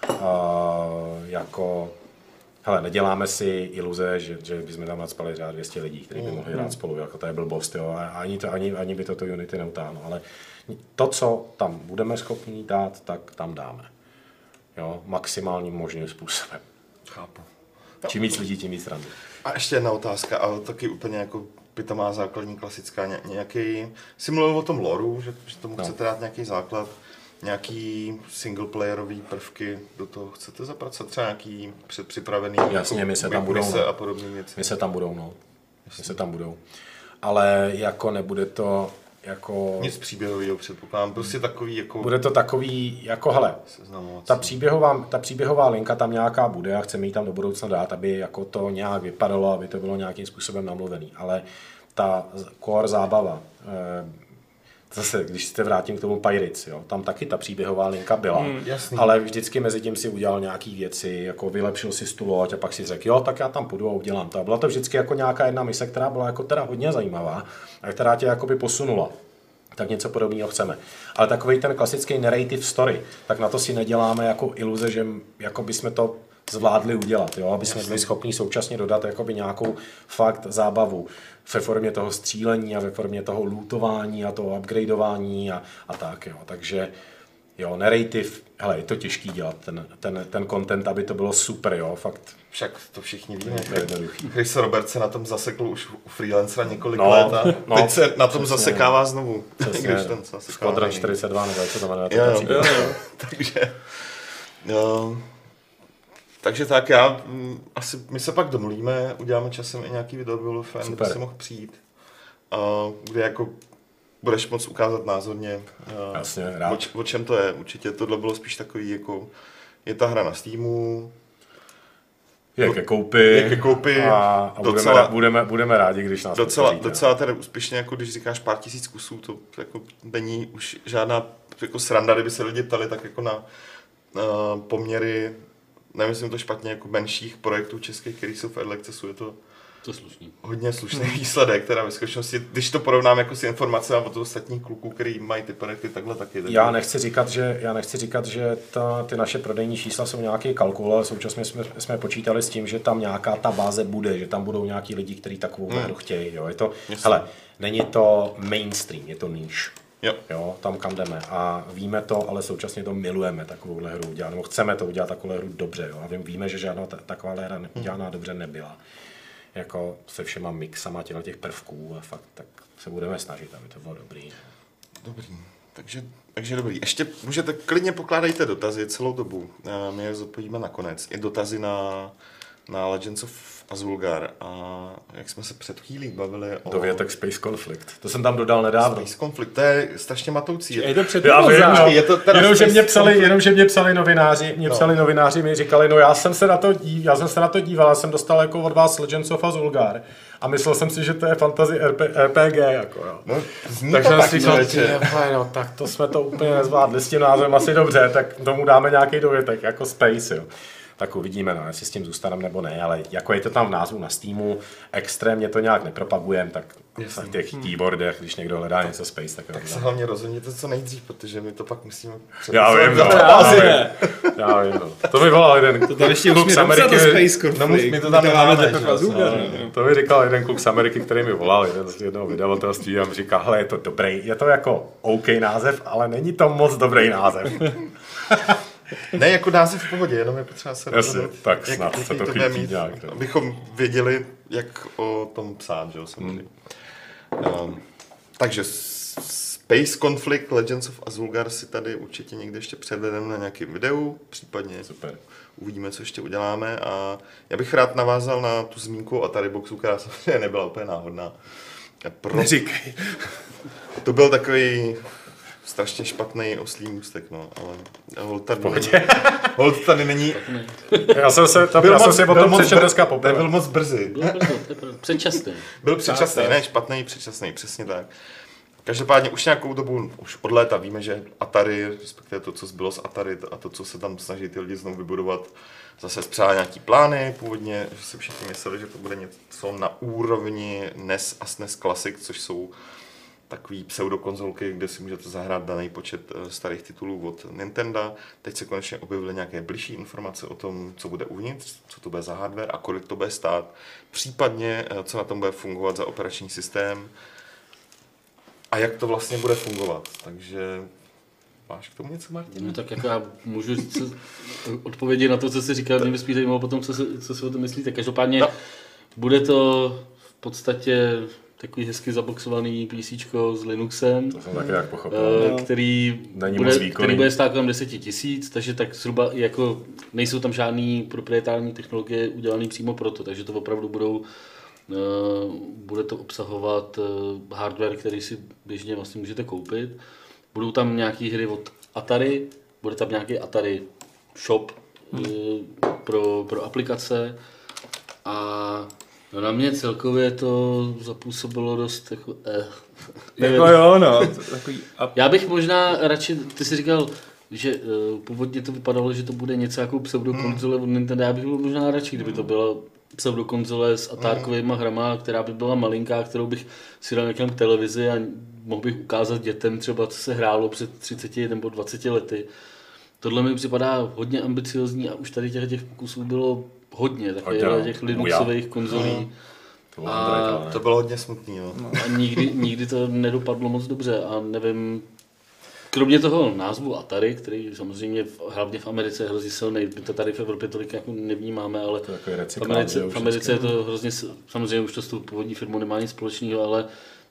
[SPEAKER 2] jako hele, neděláme si iluze, že bychom tam nadspali řád 200 lidí, kteří by mohli hrát spolu, jako to je blbost, jo? A ani by to Unity neutáhlo, ale to, co tam budeme schopni dát, tak tam dáme. Jo? Maximálním možným způsobem.
[SPEAKER 1] Chápu.
[SPEAKER 2] Čím víc lidí, tím víc randy.
[SPEAKER 1] A ještě jedna otázka, ale taky úplně jako pitomá základní klasická, nějaký, jsi mluvil o tom loreu, že tomu chcete dát nějaký základ, nějaký singleplayerový prvky do toho chcete zapracovat, třeba nějaký předpřipravený
[SPEAKER 2] Jasně,
[SPEAKER 1] jako
[SPEAKER 2] my se tam budou,
[SPEAKER 1] a podobné věci.
[SPEAKER 2] My se tam budou, no. My se tam budou. Ale jako nebude to jako...
[SPEAKER 1] Nic příběhového předpokládám, prostě takový jako...
[SPEAKER 2] Bude to takový, jako hele, ta příběhová linka tam nějaká bude a chceme ji tam do budoucna dát, aby jako to nějak vypadalo, aby to bylo nějakým způsobem namluvený. Ale ta core zábava, zase, když se vrátím k tomu Pirates, jo, tam taky ta příběhová linka byla, ale vždycky mezi tím si udělal nějaký věci, jako vylepšil si tu loď a pak si řekl, jo, tak já tam půjdu a udělám to. A byla to vždycky jako nějaká jedna mise, která byla jako teda hodně zajímavá a která tě jakoby posunula. Tak něco podobného chceme. Ale takový ten klasický narrative story, tak na to si neděláme jako iluze, že jako bychom to zvládli udělat, jo? Aby jsme byli schopni současně dodat jakoby nějakou fakt zábavu ve formě toho střílení a ve formě toho lootování a toho upgradeování a tak, jo. Takže jo, narrative, hele, je to těžký dělat, ten content, aby to bylo super, jo, fakt.
[SPEAKER 1] Však to všichni víme. Chris Robert se na tom zasekl už u freelancera několik let a teď se na tom zasekává znovu.
[SPEAKER 2] Squadron 42, nebo jak se to jmenuje.
[SPEAKER 1] Takže tak já, asi my se pak domluvíme, uděláme časem i nějaký videobiografie, aby si mohl přijít, kde jako budeš moc ukázat názorně,
[SPEAKER 2] jasně, rád.
[SPEAKER 1] O čem to je. Určitě tohle bylo spíš takový, jako je ta hra na Steamu,
[SPEAKER 2] je ke koupi
[SPEAKER 1] a
[SPEAKER 2] budeme rádi, když nás
[SPEAKER 1] docela tedy úspěšně, jako když říkáš pár tisíc kusů, to jako není už žádná jako sranda, kdyby se lidi ptali tak jako na poměry, nemyslím to špatně, jako menších projektů českých, který jsou v Early Accessu, je to
[SPEAKER 4] slušný.
[SPEAKER 1] Hodně slušný výsledek, teda ve skutečnosti, když to porovnám jako s informacemi od ostatních kluků, který mají ty projekty takhle taky.
[SPEAKER 2] Já nechci říkat, že ty naše prodejní čísla jsou nějaký kalkul, ale současně jsme počítali s tím, že tam nějaká ta báze bude, že tam budou nějaký lidi, kteří takovou hru chtějí. Jo. Je to, hele, není to mainstream, je to niche. Jo, tam kam jdeme a víme to, ale současně to milujeme takovouhle hru udělat, nebo chceme to udělat takovou hru dobře, jo. A víme, že žádná taková hra udělaná dobře nebyla. Jako se všema mixama těch prvků a fakt tak se budeme snažit, aby to bylo dobrý.
[SPEAKER 1] Dobrý, takže dobrý. Ještě můžete, klidně pokládejte dotazy celou dobu, my je zodpovíme nakonec. I dotazy na Legends of Azulgar a jak jsme se před chvílí bavili o...
[SPEAKER 2] Dovětek Space Conflict, to jsem tam dodal nedávno.
[SPEAKER 1] Space Conflict, to je strašně matoucí.
[SPEAKER 3] Je to před
[SPEAKER 2] Jenomže mě psali novináři, mi říkali, no já jsem se na to díval, já jsem dostal jako od vás Legends of Azulgar a myslel jsem si, že to je fantasy RPG, jako jo.
[SPEAKER 1] No,
[SPEAKER 2] takže jsem si říkal, no, tak to jsme to úplně nezvládli s tím názvem asi dobře, tak tomu dáme nějaký dovětek, jako Space, jo. Tak uvidíme, no, jestli s tím zůstaneme nebo ne, ale jako je to tam v názvu na Steamu, extrémně to nějak nepropagujeme, tak v těch keyboardech, když někdo hledá něco Space, tak
[SPEAKER 1] se hlavně rozhodněte co nejdřív, protože my to pak musíme
[SPEAKER 2] Já vím, no. To mi volal jeden kluk z Ameriky,
[SPEAKER 1] my to tam nemáme,
[SPEAKER 2] to mi říkal jeden kluk z Ameriky, který mi volal, jeden z jednoho vydavatelství a mi říkal, hele, je to dobrý, je to jako OK název, ale není to moc dobrý název.
[SPEAKER 1] Ne, jako název v pohodě, jenom je potřeba se rozhodnout.
[SPEAKER 2] Tak snad se to chytí nějak.
[SPEAKER 1] Abychom věděli, jak o tom psát, že jo, samozřejmě. Takže Space Conflict Legends of Azulgar si tady určitě někde ještě předvedeme na nějakém videu, případně
[SPEAKER 2] super.
[SPEAKER 1] Uvidíme, co ještě uděláme a já bych rád navázal na tu zmínku o Atari Boxu, která samozřejmě nebyla úplně náhodná.
[SPEAKER 2] Neříkej.
[SPEAKER 1] To byl takový strašně špatný oslý můstek, no, ale hold tady není.
[SPEAKER 2] Já jsem si o tom přečetl dneska poprvé.
[SPEAKER 1] Byl moc brzy.
[SPEAKER 4] Předčasný.
[SPEAKER 1] Byl předčasný, ne špatný, předčasný, přesně tak. Každopádně už nějakou dobu, už od léta víme, že Atari, respektive to, co zbylo z Atari a to, co se tam snaží ty lidi znovu vybudovat, zase spřáhá nějaký plány. Původně že si všichni mysleli, že to bude něco na úrovni NES a SNES Classic, což jsou takový pseudokonzolky, kde si můžete zahrát daný počet starých titulů od Nintendo. Teď se konečně objevily nějaké bližší informace o tom, co bude uvnitř, co to bude za hardware a kolik to bude stát. Případně, co na tom bude fungovat za operační systém a jak to vlastně bude fungovat. Takže máš k tomu něco, Martin?
[SPEAKER 4] No tak jako já můžu říct odpovědi na to, co jsi říkal, mě by spíš zajímalo potom, co si o tom myslíte. Každopádně bude to v podstatě takový hezky zaboxovaný PCčko s Linuxem,
[SPEAKER 2] to jsem taky tak pochopil.
[SPEAKER 4] který bude stát kolem 10 000, takže tak zhruba jako nejsou tam žádný proprietární technologie udělané přímo pro to, takže to opravdu bude to obsahovat hardware, který si běžně vlastně můžete koupit. Budou tam nějaké hry od Atari, bude tam nějaký Atari shop pro aplikace a no na mě celkově to zapůsobilo dost jako
[SPEAKER 3] Jako jo, no. Takový
[SPEAKER 4] Já bych možná radši, ty jsi říkal, že původně to vypadalo, že to bude něco jako pseudokonzole od Nintendo, já bych byl možná radši, kdyby to byla pseudokonzole s atárkovýma hrama, která by byla malinká, kterou bych si dal někam k televizi a mohl bych ukázat dětem třeba, co se hrálo před 30 nebo 20 lety. Tohle mi připadá hodně ambiciozní a už tady těch pokusů bylo hodně takových těch Linuxových konzolí.
[SPEAKER 1] To bylo hodně smutný. Jo.
[SPEAKER 4] A nikdy to nedopadlo moc dobře a nevím, kromě toho názvu Atari, který samozřejmě hlavně v Americe je hrozně silný, my to tady v Evropě tolik jako nevnímáme, ale v Americe je to hrozně, samozřejmě už to s tou původní firmou nemá nic společného, ale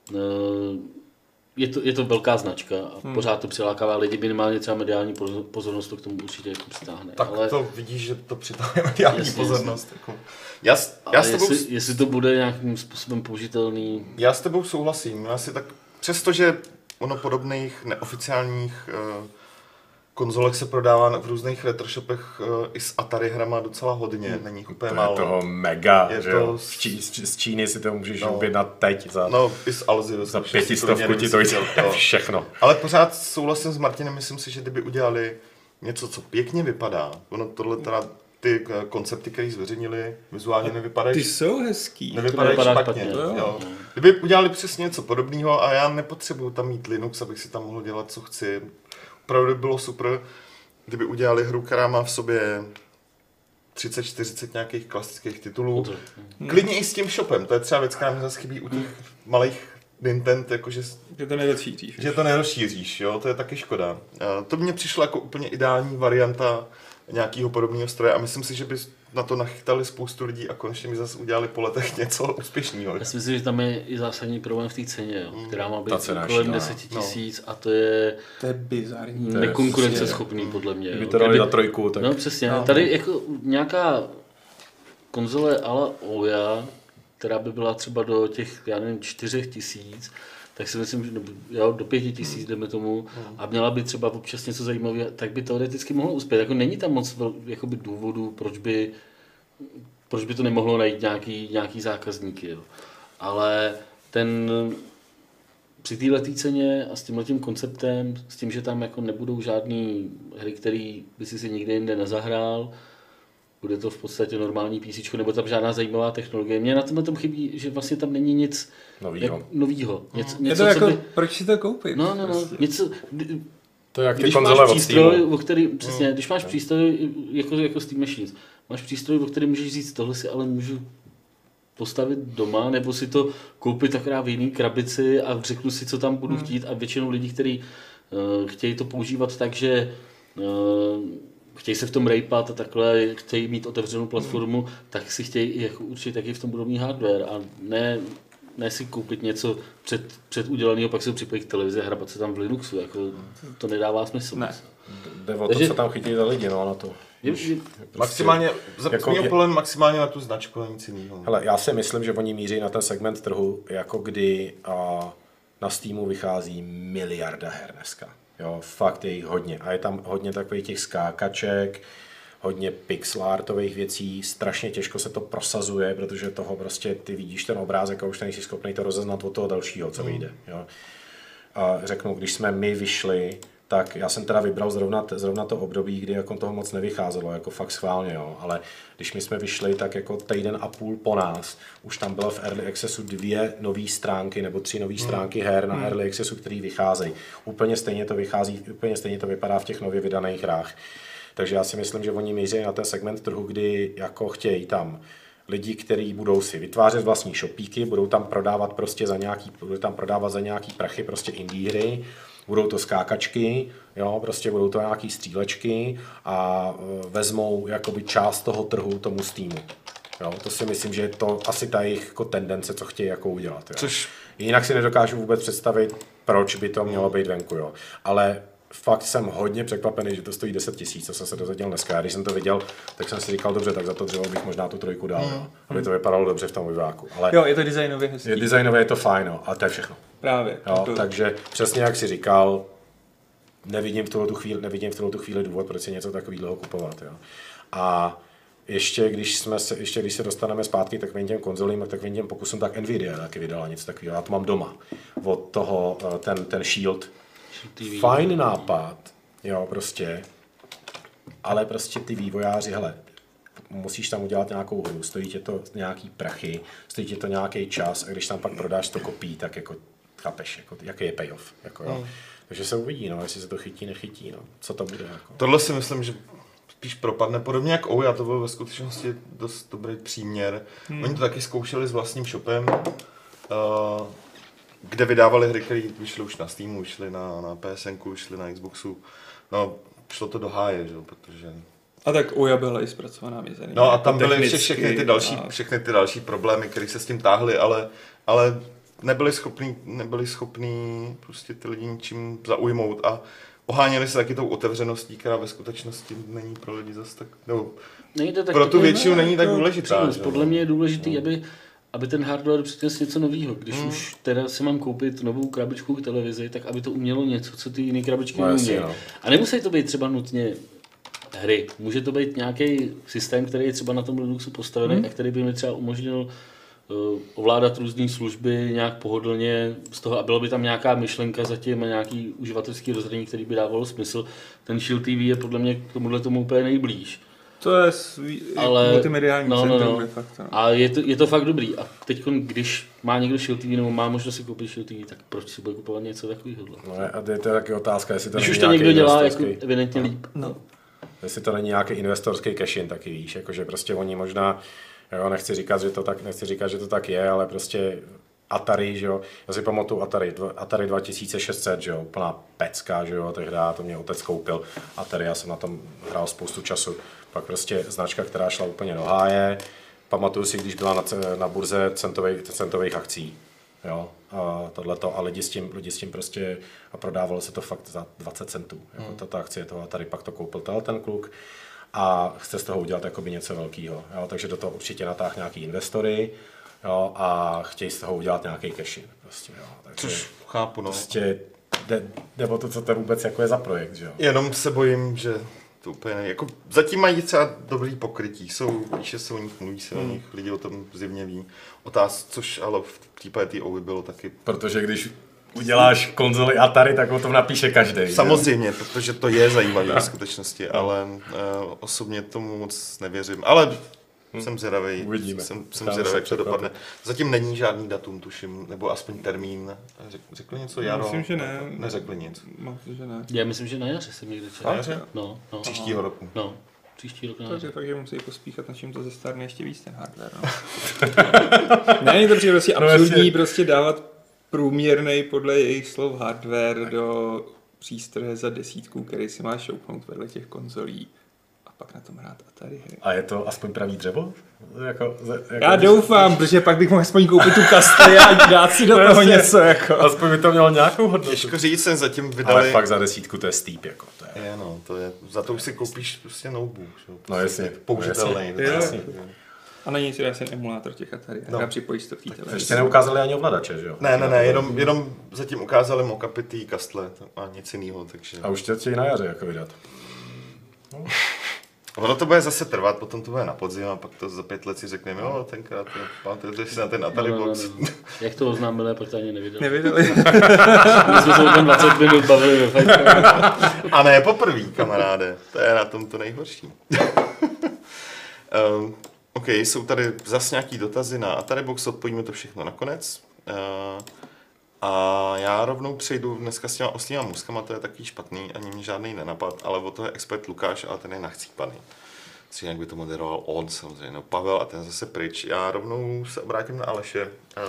[SPEAKER 4] je to velká značka a pořád to přilákává lidi, minimálně třeba mediální pozornost to k tomu určitě jako přitáhne.
[SPEAKER 1] Tak
[SPEAKER 4] ale
[SPEAKER 1] to vidíš, že to přitáhne mediální pozornost.
[SPEAKER 4] Jako. Jestli to bude nějakým způsobem použitelný...
[SPEAKER 1] Já s tebou souhlasím. Přestože ono podobných neoficiálních konzolek se prodává v různých retroshopech i s Atari hrama docela hodně, není jich úplně málo.
[SPEAKER 2] To je toho mega,
[SPEAKER 1] je
[SPEAKER 2] že
[SPEAKER 1] to
[SPEAKER 2] jo? Z Číny si to můžeš objednat teď
[SPEAKER 1] i z Alzy.
[SPEAKER 2] Za 500 ti to jde všechno.
[SPEAKER 1] Ale pořád souhlasím s Martinem, myslím si, že kdyby udělali něco, co pěkně vypadá, ono tohle teda ty koncepty, které zveřejnili, vizuálně nevypadají.
[SPEAKER 3] Ty jsou hezký.
[SPEAKER 1] Nevypadají špatně. Jo. Kdyby udělali přesně něco podobného a já nepotřebuju tam mít Linux, abych si tam mohl dělat, co chci. Opravdu by bylo super, kdyby udělali hru, která má v sobě 30-40 nějakých klasických titulů. Klidně i s tím shopem, to je třeba věc, která mi zase chybí u těch malých Nintendo, jakože...
[SPEAKER 3] Že to nerozšíříš.
[SPEAKER 1] Že to nerozšíříš, jo, to je taky škoda. To mně přišlo jako úplně ideální varianta nějakého podobného stroje a myslím si, že by na to nachytali spoustu lidí a konečně mi zase udělali po letech něco úspěšného.
[SPEAKER 4] Já si myslím, že tam je i zásadní problém v té ceně, která má být kolem 10 000 a to je
[SPEAKER 3] bizarní.
[SPEAKER 4] Nekonkurenceschopný podle mě.
[SPEAKER 2] Kdyby to dali za trojku, tak...
[SPEAKER 4] No přesně, tady jako nějaká konzole a la Ouya, která by byla třeba do těch, já nevím, 4 000, tak si myslím, že do 5 000 jdeme tomu a měla by třeba občas něco zajímavého, tak by teoreticky mohlo uspět. Jako není tam moc jakoby důvodů, proč by to nemohlo najít nějaký zákazníky. Jo. Ale při této ceně a s tímhletím konceptem, s tím, že tam jako nebudou žádný hry, který by si nikde jinde nezahrál, bude to v podstatě normální PC, nebo tam žádná zajímavá technologie. Mně na tom chybí, že vlastně tam není nic novýho.
[SPEAKER 3] Je to jako, proč si to koupit?
[SPEAKER 4] No. Něco,
[SPEAKER 2] to je jak ty konzole od Steamu.
[SPEAKER 4] Když máš přístroj, jako Steam Machines, máš přístroj, o kterém můžeš říct, tohle si ale můžu postavit doma, nebo si to koupit taková v jiný krabici a řeknu si, co tam budu chtít a většinou lidí, kteří chtějí to používat tak, že chtějí se v tom rejpat a takhle, chtějí mít otevřenou platformu, tak si chtějí jako určitě taky v tom podobný hardware a ne si koupit něco před udělaného, pak se ho připojit k televizi a hrabat se tam v Linuxu, jako to nedává smysl.
[SPEAKER 3] Ne.
[SPEAKER 2] Jde o to, co tam chytí za lidi, no na to.
[SPEAKER 1] Maximálně, maximálně na tu značku a nic jiného.
[SPEAKER 2] Hele, já si myslím, že oni míří na ten segment trhu, jako kdy na Steamu vychází miliarda her dneska. Jo, fakt je jich hodně. A je tam hodně takových těch skákaček, hodně pixelartových věcí, strašně těžko se to prosazuje, protože toho prostě ty vidíš ten obrázek a už nejsi schopný to rozeznat od toho dalšího, co vyjde. Jo. řeknu, když jsme my vyšli, tak já jsem teda vybral zrovna to období, kdy jako toho moc nevycházelo, jako fakt schválně, jo. Ale když my jsme vyšli, tak jako týden a půl po nás, už tam bylo v Early Accessu 2 nové stránky nebo 3 nové stránky her na Early Accessu, které vycházejí. Úplně stejně to vychází, úplně stejně to vypadá v těch nově vydaných hrách. Takže já si myslím, že oni míří na ten segment trhu, kdy jako chtějí tam lidi, kteří budou si vytvářet vlastní shopíky, budou tam prodávat za nějaký prachy prostě indie hry, budou to skákačky, jo, prostě budou to nějaký střílečky a vezmou jakoby část toho trhu tomu Steamu. Jo, to si myslím, že je to asi ta jejich jako tendence, co chtějí jako udělat. Jo. Jinak si nedokážu vůbec představit, proč by to mělo být venku. Jo. Ale fakt jsem hodně překvapený, že to stojí 10 000, co jsem se dozvěděl dneska. A když jsem to viděl, tak jsem si říkal, dobře, tak za to dřevo bych možná tu 3 dal, jo, aby to vypadalo dobře v tom obyváku. Ale
[SPEAKER 3] jo, je to designově hezký.
[SPEAKER 2] Je to fajn, no, ale to je všechno.
[SPEAKER 3] Právě.
[SPEAKER 2] Jo, takže přesně jak jsi říkal, nevidím v tuhle chvíli důvod, proč si něco takového kupovat. Jo. A ještě když se dostaneme zpátky tak těm konzolím a tak těm pokusům, tak Nvidia taky vydala něco takového. Já to mám doma. Od toho ten Shield. Fajn nápad, jo, prostě. Ale prostě ty vývojáři, hele, musíš tam udělat nějakou hru, stojí tě to nějaký prachy, stojí tě to nějaký čas a když tam pak prodáš 100 kopií, tak jako chápeš, jako, jaký je payoff. Jako, jo. Takže se uvidí, no, jestli se to chytí, nechytí, no. Co to bude. Jako.
[SPEAKER 1] Tohle si myslím, že spíš propadne podobně jak Ouya, to byl ve skutečnosti dost dobrý příměr. Oni to taky zkoušeli s vlastním shopem, kde vydávali hry, které vyšly už na Steamu, vyšly na PSNku, vyšly na Xboxu. No, šlo to do háje, že? Protože...
[SPEAKER 3] A tak Ouya byla i zpracovaná mizerně.
[SPEAKER 1] No a tam byly všechny ty další problémy, které se s tím táhly, ale nebyli schopní prostě ty lidi ničím zaujmout a oháněli se taky tou otevřeností, která ve skutečnosti není pro lidi zase tak, no, pro tu většinu není tak důležitá.
[SPEAKER 4] Podle mě je důležitý, aby ten hardware přinesl něco nového. Když už teda si mám koupit novou krabičku k televizi, tak aby to umělo něco, co ty jiné krabičky neumějí. No. A nemusí to být třeba nutně hry. Může to být nějaký systém, který je třeba na tom Linuxu postavený a který by mi třeba umožnil ovládat různé služby nějak pohodlně z toho a bylo by tam nějaká myšlenka zatím a nějaký uživatelský rozhraní, který by dávalo smysl. Ten Shield TV je podle mě k tomu úplně nejblíž.
[SPEAKER 3] To je multimediální centrum de facto.
[SPEAKER 4] A je to fakt dobrý. A teď, když má někdo Shield TV nebo má možnost si koupit Shield TV, tak proč si bude kupovat něco takového?
[SPEAKER 2] No a je to taky otázka, jestli to
[SPEAKER 4] když už to někdo dělá jako evidentně líp.
[SPEAKER 3] No.
[SPEAKER 2] Jestli to není nějaký investorský cash-in, taky víš, jakože prostě oni možná, jo, nechci říkat, že to tak je, ale prostě Atari, že jo, já si pamatuju Atari 2600, že jo, úplná pecka, že jo, tehdy to mě otec koupil Atari, já jsem na tom hrál spoustu času, pak prostě značka, která šla úplně do háje, pamatuju si, když byla na burze centových akcí, jo, a tohleto, a lidi s tím prostě, a prodávalo se to fakt za 20 centů, jako tato akcie toho Atari, pak to koupil ten kluk, a chce z toho udělat jakoby něco velkého. Takže do toho určitě natáhl nějaký investory, jo, a chtějí z toho udělat nějaký cash-in. Prostě, jo. Takže
[SPEAKER 1] což chápu, no.
[SPEAKER 2] Prostě jde o to, co to vůbec jako je za projekt. Že jo.
[SPEAKER 1] Jenom se bojím, že to úplně ne. Jako, zatím mají třeba dobrý pokrytí, píše se o nich, mluví se o nich, lidi o tom zjevně ví. Což ale v případě té Ouya bylo taky.
[SPEAKER 2] Protože když uděláš konzoli Atari, tak o tom napíše každý.
[SPEAKER 1] Samozřejmě, protože to je zajímavé v skutečnosti, ale osobně tomu moc nevěřím. Ale jsem zvědavý, jsem zvědavý, jak to dopadne. Zatím není žádný datum, tuším, nebo aspoň termín. Řekli něco jaro?
[SPEAKER 3] Myslím, že ne.
[SPEAKER 1] Neřekli nic.
[SPEAKER 3] Myslím, že ne.
[SPEAKER 4] Já myslím, že na jaře jsem někde četl.
[SPEAKER 1] Na jaře?
[SPEAKER 4] No.
[SPEAKER 1] Příštího roku.
[SPEAKER 4] No. Příští rok na
[SPEAKER 3] jaře. Takže musí pospíchat, na čím to zestárne ještě víc ten hardware. No. Ne, to přijde prostě absurdní prostě dávat průměrnej podle jejich slov hardware do přístroje za 10, který si máš šoupnout vedle těch konzolí a pak na tom hrát Atari hry.
[SPEAKER 2] A je to aspoň pravý dřevo?
[SPEAKER 3] Já doufám, protože pak bych mohl aspoň koupit tu kastli a dát si do toho něco. Jako.
[SPEAKER 2] Aspoň by to mělo nějakou hodnotu.
[SPEAKER 1] Těžko říct, jsem zatím vydali...
[SPEAKER 2] Ale fakt za 10 to je steep. Jako,
[SPEAKER 1] to je, za to už si koupíš prostě notebook.
[SPEAKER 2] No jasně.
[SPEAKER 1] Použitelný.
[SPEAKER 3] A na něj si dá emulátor těch Atari. A připojíš to k té televizi.
[SPEAKER 2] Ještě neukázali ani ovladače, že jo?
[SPEAKER 1] Ne, jenom zatím ukázali mock-upy té kastle a nic jiného, takže...
[SPEAKER 2] A už chtějí na jaře jako vydat. No.
[SPEAKER 1] Ono to bude zase trvat, potom to bude na podzim a pak to za 5 let si řekneme, jo, tenkrát pamatujete si na ten Atari Box.
[SPEAKER 4] Jak to oznámili, protože ani
[SPEAKER 3] Nevěděli.
[SPEAKER 4] My jsme se o tom 20 minut bavili ve Fightku.
[SPEAKER 1] A ne poprvý, kamaráde. To je na tom to nejhorší. OK, jsou tady zase nějaký dotazy na Atari Box, odpovíme to všechno nakonec. A já rovnou přejdu dneska s těma oslýma můzkama, to je taky špatný, ani mě žádný nenapad, ale o to je expert Lukáš, ale ten je nachcípaný. Což jak by to moderoval on samozřejmě, no Pavel a ten zase pryč. Já rovnou se obrátím na Aleše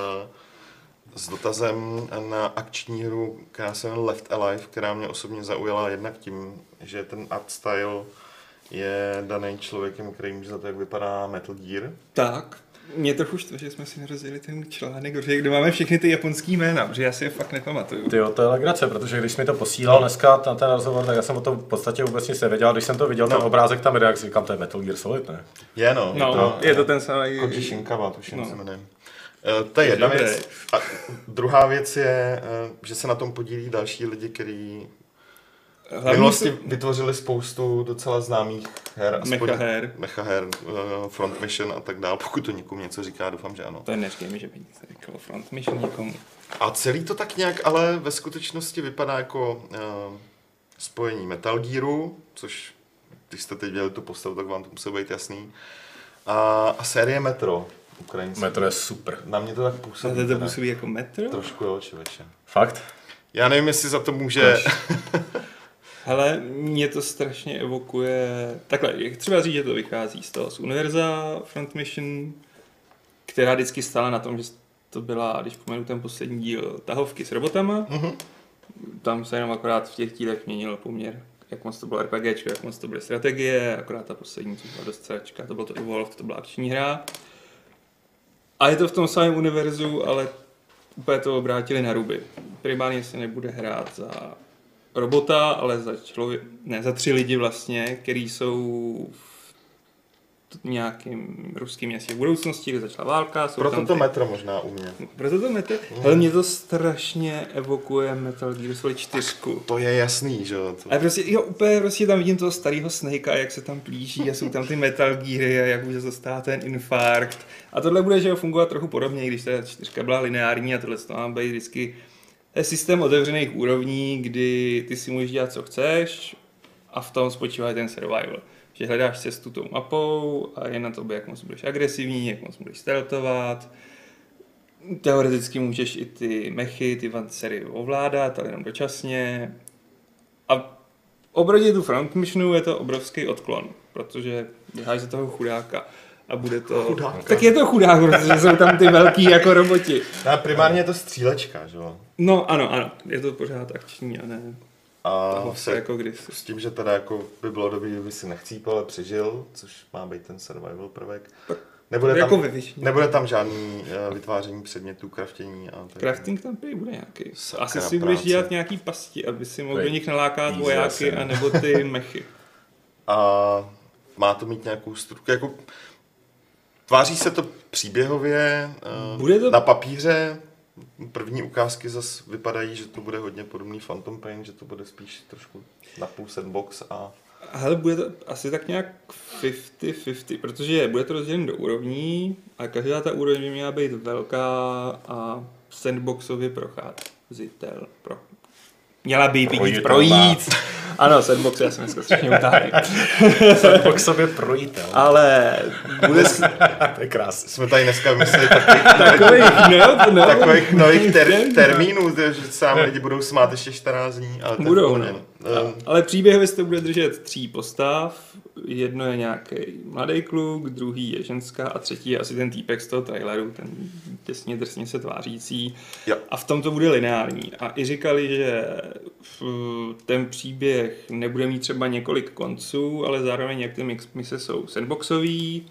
[SPEAKER 1] s dotazem na akční hru, která se jmenuje Left Alive, která mě osobně zaujala jednak tím, že ten art style je daný člověkem, který může za to, jak vypadá Metal Gear.
[SPEAKER 3] Tak. Mě trochu štve, že jsme si nerozjeli ten článek, kde máme všechny ty japonský jména, protože já si je fakt nepamatuju.
[SPEAKER 2] Tyjo, to je legrace, protože když mi to posílal dneska na ten rozhovor, tak já jsem o tom v podstatě vůbec nic nevěděl. Když jsem to viděl, ten obrázek tam jde, jak si říkám, to je Metal Gear Solid, ne?
[SPEAKER 1] Je no.
[SPEAKER 3] Je to ten samý.
[SPEAKER 1] Koji Shinkawa, tuším se jmenuje. To je jedna věc. A druhá věc je, že se na tom podílí další lidi, kteří v minulosti vytvořili spoustu docela známých her. Mechaher, Front Mission a tak dále. Pokud to někomu něco říká, doufám, že ano.
[SPEAKER 3] To je neříkej, že by nic neříkalo Front Mission někomu.
[SPEAKER 1] A celý to tak nějak ale ve skutečnosti vypadá jako spojení Metal Gearu, což když jste teď viděli tu postavu, tak vám to musí být jasný. A série Metro. Ukrajinský.
[SPEAKER 2] Metro je super.
[SPEAKER 1] Na mě to tak působí.
[SPEAKER 3] A to působí jako Metro?
[SPEAKER 1] Trošku jo, člověče.
[SPEAKER 2] Fakt?
[SPEAKER 1] Já nevím, jestli za to může...
[SPEAKER 3] Hele, mě to strašně evokuje... Takhle, jak třeba říct, že to vychází z toho z Univerza Front Mission, která vždycky stála na tom, že to byla, když pomenu ten poslední díl, tahovky s robotama. Tam se jenom akorát v těch dílech měnil poměr, jak moc to bylo RPGčko, jak moc to byly strategie, akorát ta poslední, co byla dost sračka, to bylo to Evolved, to byla akční hra. A je to v tom samém univerzu, ale úplně to obrátili na ruby. Primárně se nebude hrát za robota, ale za 3 lidi vlastně, který jsou v nějakým ruským městě v budoucnosti, kde začala válka.
[SPEAKER 1] Proto to Metro možná u mě.
[SPEAKER 3] Proto to Metro? Ale mě to strašně evokuje Metal Gear Solid 4.
[SPEAKER 1] To je jasný, že jo.
[SPEAKER 3] Ale prostě, jo, úplně prostě tam vidím toho starého Snakea, jak se tam plíží a jsou tam ty Metal Geary a jak už zastává ten infarkt. A tohle bude, že jo, fungovat trochu podobně, když ta 4 byla lineární a tohle to má být vždycky systém otevřených úrovní, kdy ty si můžeš dělat, co chceš a v tom spočívá ten survival. Že hledáš cestu tou mapou a je na tobě, jak moc budeš agresivní, jak moc budeš stealthovat. Teoreticky můžeš i ty mechy, ty vancery ovládat, ale jenom dočasně. A oproti tu Front Missionu je to obrovský odklon, protože běháš za toho chudáka. A bude to...
[SPEAKER 1] Chudáka.
[SPEAKER 3] Tak je to chudák, protože jsou tam ty velký jako roboti.
[SPEAKER 1] A primárně je to střílečka, že jo?
[SPEAKER 3] No ano, je to pořád akční a ne...
[SPEAKER 1] A
[SPEAKER 3] jako kdysi.
[SPEAKER 1] S tím, že teda jako by bylo dobrý, kdyby si nechcípal, ale přežil, což má být ten survival prvek. Nebude tam žádný vytváření předmětů, craftění. A
[SPEAKER 3] crafting tam bude nějaký. Asi si budeš dělat nějaký pasti, aby si mohl do nich nalákat vojáky a nebo ty mechy.
[SPEAKER 1] A má to mít nějakou strukturu, jako tváří se to příběhově na papíře. První ukázky zase vypadají, že to bude hodně podobný Phantom Pain, že to bude spíš trošku na půl sandbox a...
[SPEAKER 3] Ale bude to asi tak nějak 50-50, protože bude to rozdělené do úrovní a každá ta úroveň by měla být velká a sandboxově procházitel. Měla by projít. Ano, sandbox, já jsem dneska strašně utáhlý.
[SPEAKER 2] Sandboxově projitel.
[SPEAKER 3] Ale bude...
[SPEAKER 2] To je krásný.
[SPEAKER 1] Jsme tady dneska vymysleli takových nových termínů, že se nám lidi budou smát ještě 14 dní. Ale
[SPEAKER 3] budou, no. Ale příběhově se to bude držet 3 postav. Jedno je nějaký mladý kluk, druhý je ženská a třetí je asi ten týpek z toho traileru, ten těsně drsně se tvářící. Jo. A v tom to bude lineární. A i říkali, že ten příběh nebude mít třeba několik konců, ale zároveň jak ty mise jsou sandboxový,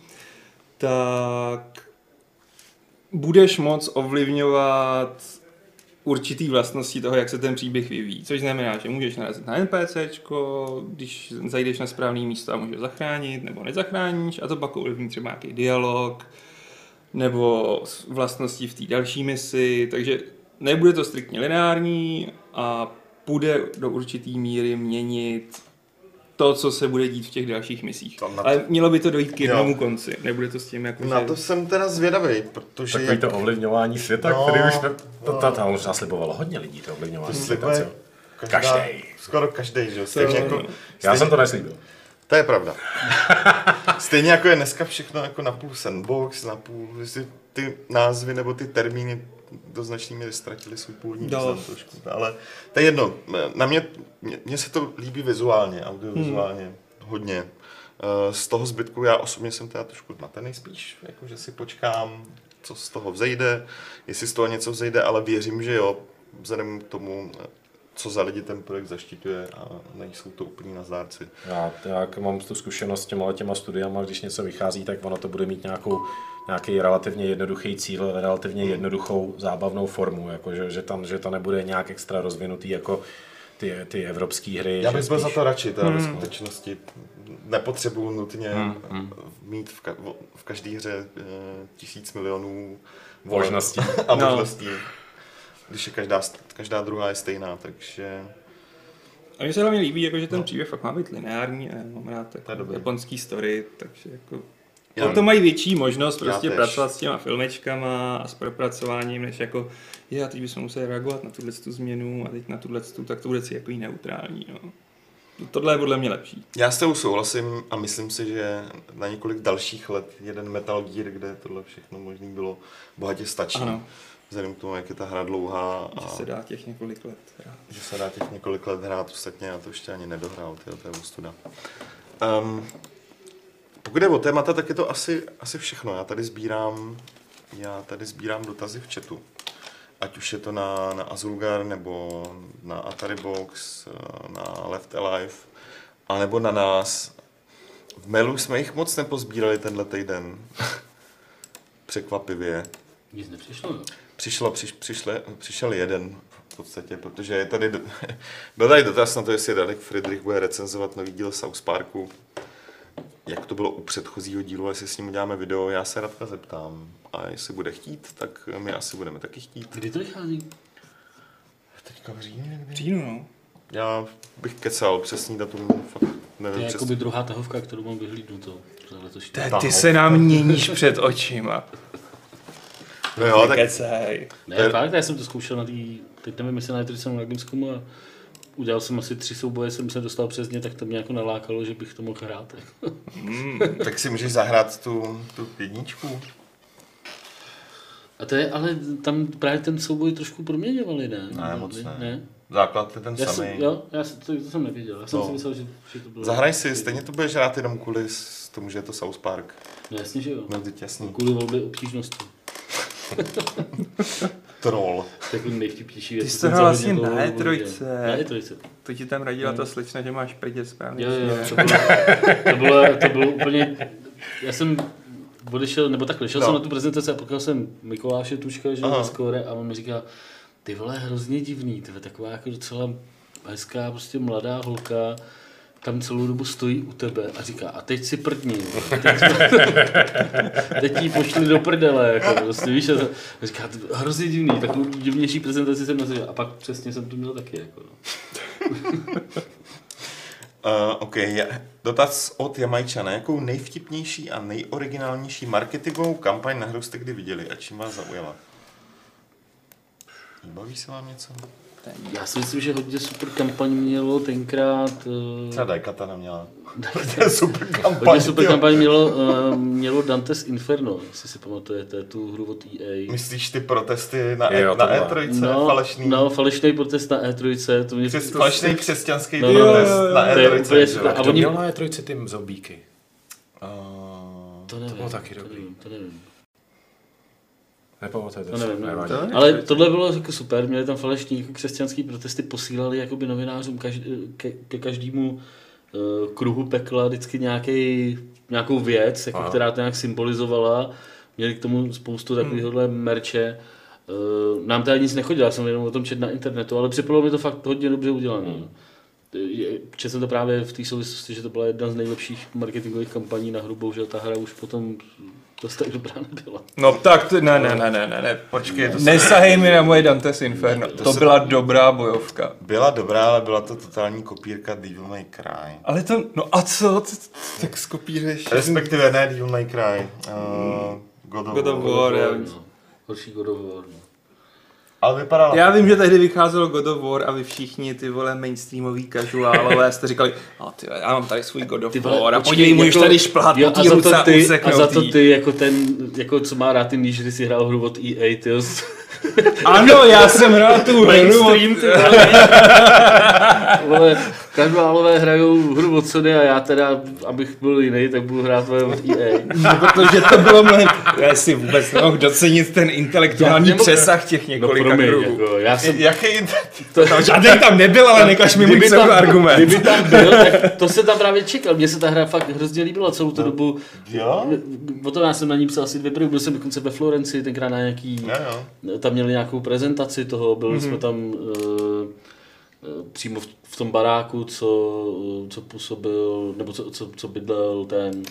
[SPEAKER 3] tak budeš moc ovlivňovat určitý vlastnosti toho, jak se ten příběh vyvíjí. Což znamená, že můžeš narazit na NPCčko, když zajdeš na správné místo a můžeš zachránit, nebo nezachráníš, a to pak ovlivní třeba nějaký dialog, nebo vlastnosti v té další misi, takže nebude to striktně lineární a bude do určitý míry měnit to, co se bude dít v těch dalších misích.
[SPEAKER 1] To na to-
[SPEAKER 3] Ale mělo by to dojít k jednomu konci. Nebude to s tím jako...
[SPEAKER 1] Na
[SPEAKER 3] že-
[SPEAKER 1] to jsem teda zvědavej, protože...
[SPEAKER 2] Takový to ovlivňování světa,
[SPEAKER 1] No,
[SPEAKER 2] který už tam už naslibovalo hodně lidí, to ovlivňování světa.
[SPEAKER 1] slibuje
[SPEAKER 2] co? Každej.
[SPEAKER 1] Skoro každý, že jo? Stejně jako,
[SPEAKER 2] Já jsem to neslíbil.
[SPEAKER 1] to je pravda. Stejně jako je dneska všechno jako napůl sandbox, napůl, jestli ty názvy nebo ty termíny do značné míry ztratili svůj původní význam trošku. Ale to je jedno. Na mně se to líbí vizuálně, audiovizuálně hodně. Z toho zbytku já osobně jsem teda trošku zmatený spíš, jako že si počkám, co z toho vzejde, jestli z toho něco vzejde, ale věřím, že jo, vzhledem k tomu, co za lidi ten projekt zaštiťuje a nejsou to úplní nazdárci.
[SPEAKER 2] Já mám tu zkušenost s těma studiama, když něco vychází, tak ono to bude mít nějaký relativně jednoduchý cíl, relativně jednoduchou zábavnou formu, jako že to nebude nějak extra rozvinutý jako ty evropské hry.
[SPEAKER 1] Já bych byl
[SPEAKER 2] spíš...
[SPEAKER 1] za to radši, teda ve skutečnosti nepotřebuju nutně mít v každé hře 1000 milionů
[SPEAKER 2] Možností.
[SPEAKER 1] a možností, když je každá druhá je stejná, takže...
[SPEAKER 3] A mně se hlavně líbí, jako, že ten příběh fakt má být lineární a já mám rád jako
[SPEAKER 1] dobrý.
[SPEAKER 3] japonský story, takže jako...
[SPEAKER 1] Já-
[SPEAKER 3] To mají větší možnost prostě
[SPEAKER 1] tež.
[SPEAKER 3] pracovat s těma filmečkama a s propracováním, než jako, a teď bychom museli reagovat na tuhle změnu a teď na tuhle, tak to bude si jako neutrální. No. Tohle je podle mě lepší.
[SPEAKER 1] Já s tebou souhlasím a myslím si, že na několik dalších let jeden Metal Gear, kde tohle všechno možný bylo, bohatě stačí.
[SPEAKER 3] Ano.
[SPEAKER 1] Vzhledem k tomu, jak je ta hra dlouhá
[SPEAKER 3] Že
[SPEAKER 1] a
[SPEAKER 3] se dá těch několik let hrát.
[SPEAKER 1] že se dá těch několik let hrát, ostatně já to ještě ani nedohrál, to je ostuda. Pokud je o témata, tak je to asi všechno. Já tady sbírám dotazy v chatu. Ať už je to na Azulgar, nebo na Atari Box, na Left Alive, anebo na nás. V mailu jsme jich moc nepozbírali tenhle týden. Překvapivě.
[SPEAKER 4] Nic nepřišlo, jo?
[SPEAKER 1] Přišel jeden v podstatě, protože je tady, byl tady dotaz na to, jestli Radek Friedrich bude recenzovat nový díl South Parku. Jak to bylo u předchozího dílu, jestli s ním uděláme video, já se Radka zeptám. A jestli bude chtít, tak my asi budeme taky chtít.
[SPEAKER 4] Kdy to vychází?
[SPEAKER 1] Teďka v říjnu někdy?
[SPEAKER 3] V říjnu, no.
[SPEAKER 1] Já bych kecal přesný datum, fakt
[SPEAKER 4] To
[SPEAKER 1] nevím
[SPEAKER 4] je
[SPEAKER 1] přesně.
[SPEAKER 4] jakoby druhá tahovka, kterou mám vyhlídnutou.
[SPEAKER 3] Ty se nám měníš před očima.
[SPEAKER 1] No jo, tak
[SPEAKER 3] Nekecej.
[SPEAKER 4] Ne, fakt, já jsem to zkoušel na teď nevím, jestli na jsem na Gamescomu a udělal jsem asi 3 souboje, jsem se dostal přes ně, tak to mě jako nalákalo, že bych to mohl hrát.
[SPEAKER 1] tak si můžeš zahrát tu jedničku.
[SPEAKER 4] A to je, ale tam právě ten souboj trošku proměňovali, ne?
[SPEAKER 1] Ne, moc ne. Základ je ten samý.
[SPEAKER 4] To jsem nevěděl. Já jsem si myslel, že to bylo...
[SPEAKER 1] Zahraj si, stejně to budeš hrát jenom kvůli tomu, že je to South Park.
[SPEAKER 4] No jasně, že jo.
[SPEAKER 1] No, teď jasný.
[SPEAKER 4] Kvůli volbě obtížnosti.
[SPEAKER 1] Troll.
[SPEAKER 4] Takový nejvtipnější
[SPEAKER 3] Ty
[SPEAKER 4] věc.
[SPEAKER 3] jsi to hrál vlastně na E3.
[SPEAKER 4] Na E3.
[SPEAKER 3] To ti tam radila ta slečna, že máš prdě správně.
[SPEAKER 4] Jo, to bylo úplně... Já jsem odešel, nebo takhle, šel jsem na tu prezentaci a potkal jsem Mikuláše Tuška, že na Skóre, a on mi říká, ty vole, hrozně divný, ty taková jako docela hezká, prostě mladá holka, tam celou dobu stojí u tebe a říká, a teď si prdni, teď jí pošli do prdele, jako prostě, víš, a říká, hrozně divný, takovou divnější prezentaci jsem nasadil a pak přesně jsem to měl taky, jako no.
[SPEAKER 1] OK, dotaz od Jamajčana. Jakou nejvtipnější a nejoriginálnější marketingovou kampaň na hru jste kdy viděli a čím vás zaujala? Baví se vám něco?
[SPEAKER 4] Já si myslím, že hodně super kampaň mělo tenkrát...
[SPEAKER 1] Třeba Daikatana měla. Super kampaň.
[SPEAKER 4] Hodně super kampaň mělo Dante's Inferno, jestli si pamatujete, tu hru od EA.
[SPEAKER 1] Myslíš ty protesty na E3?
[SPEAKER 4] No,
[SPEAKER 1] falešný?
[SPEAKER 4] No, falešný protest na E3. To mě
[SPEAKER 1] Falešný křesťanský
[SPEAKER 4] No,
[SPEAKER 1] protest na
[SPEAKER 4] to je
[SPEAKER 1] E3.
[SPEAKER 4] úplně
[SPEAKER 1] že
[SPEAKER 4] super.
[SPEAKER 1] jo?
[SPEAKER 2] A kdo měl na E3 ty zombíky?
[SPEAKER 4] To nevím.
[SPEAKER 2] To bylo taky dobrý.
[SPEAKER 4] To nevím.
[SPEAKER 2] Nepamatujete
[SPEAKER 4] To
[SPEAKER 2] se,
[SPEAKER 4] nevím.
[SPEAKER 2] nevadí.
[SPEAKER 4] Ale tohle bylo jako super, měli tam falešní jako křesťanský protesty, posílali jakoby novinářům ke každému kruhu pekla vždycky nějakou věc, jako, která to nějak symbolizovala. Měli k tomu spoustu takovýchhle merče. Nám tady nic nechodilo, já jsem jenom o tom četl na internetu, ale připadalo mi to fakt hodně dobře udělané. četl jsem to právě v té souvislosti, že to byla jedna z nejlepších marketingových kampaní na hru, bohužel ta hra už potom dost tak dobrá nebyla.
[SPEAKER 3] No tak, ne,
[SPEAKER 1] Počkej,
[SPEAKER 3] nesahej mi na moje Dante's Inferno, to byla dobrá bojovka.
[SPEAKER 1] Byla dobrá, ale byla to totální kopírka Devil May Cry.
[SPEAKER 3] Ale to, no a co, tak skopíruješ?
[SPEAKER 1] Respektive ne Devil May Cry, God of War.
[SPEAKER 4] Horší God of War, no.
[SPEAKER 1] Ale vypadala.
[SPEAKER 3] Já vím, že tehdy vycházelo God of War a vy všichni ty vole mainstreamový casuálové jste říkali, ty, já mám tady svůj God of War a podívej mu, už tady šplhat po té ruce a useknout.
[SPEAKER 4] A za to ty jako ten, jako co má rád ty níž, když si hrál hru od EA, ty
[SPEAKER 3] Ano, já jsem hrál tu
[SPEAKER 4] mainstream, ty vole, casuálové hrajou hru od Sony a já teda, abych byl jiný, tak budu hrát od EA.
[SPEAKER 3] No, protože to bylo mnohem, já si vůbec nemohl docenit ten intelektuální přesah těch několika kruhů.
[SPEAKER 4] Jako, já jsem...
[SPEAKER 1] Jaký
[SPEAKER 3] Žádný tam nebyl, ale nekaž mi můj argument.
[SPEAKER 4] Kdyby tam byl, tak to se tam právě čekal. Mně se ta hra fakt hrozně líbila celou tu dobu.
[SPEAKER 1] Jo?
[SPEAKER 4] O tom já jsem na ní psal asi 2 prý, byl jsem dokonce ve Florencii, tenkrát na nějaký, tam měli nějakou prezentaci toho, byli jsme tam přímo v tom baráku, co působil, nebo co bydlel ten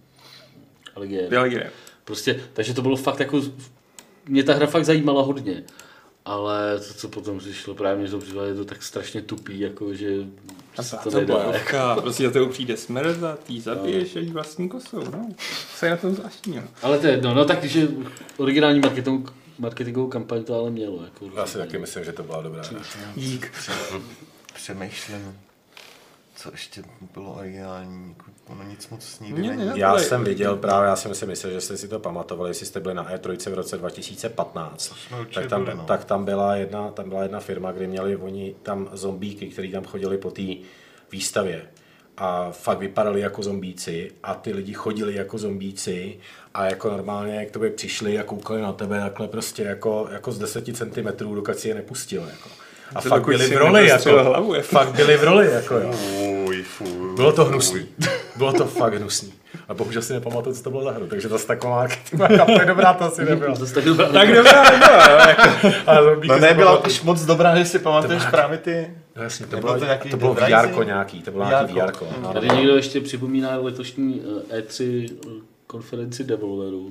[SPEAKER 4] Alighieri. Prostě, takže to bylo fakt jako, mě ta hra fakt zajímala hodně. Ale to, co potom přišlo, právě mě to přišlo, je to tak strašně tupý, jako, že
[SPEAKER 3] to nedá. Prostě za tebou přijde smrt a ty zabiješ až vlastní kosou, no. Co je na tom zvláštního?
[SPEAKER 4] Ale to je jedno, no tak, že originální marketingovou kampaň to ale mělo. Jako,
[SPEAKER 2] já si taky myslím, že to byla dobrá.
[SPEAKER 3] Dík.
[SPEAKER 1] Přemýšlím, co ještě bylo originální, ono nic moc s ní není.
[SPEAKER 2] Já jsem viděl právě, já si myslím, že jste si to pamatovali, jestli jste byli na E3 v roce 2015, tak tam byla jedna firma, kde měli oni tam zombíky, kteří tam chodili po té výstavě a fakt vypadali jako zombíci a ty lidi chodili jako zombíci a jako normálně, jak to by přišli a koukali na tebe takhle prostě jako z 10 cm, dokud si je nepustil. Jako. A fakt byli v roli, fakt byli v roli, jako jo. Bylo to hnusný. Bylo to fakt hnusný. A bohužel si nepamatuju, co to bylo za hru, takže zase taková kampaň dobrá to asi nebyla.
[SPEAKER 3] Tak dobrá nebyla, jako.
[SPEAKER 1] No nebyla už moc dobrá, že si pamatuješ právě ty...
[SPEAKER 2] No jasně, to bylo VR nějaký, to bylo nějaký VR.
[SPEAKER 4] Tady někdo ještě připomíná letošní E3 konferenci Devolverů.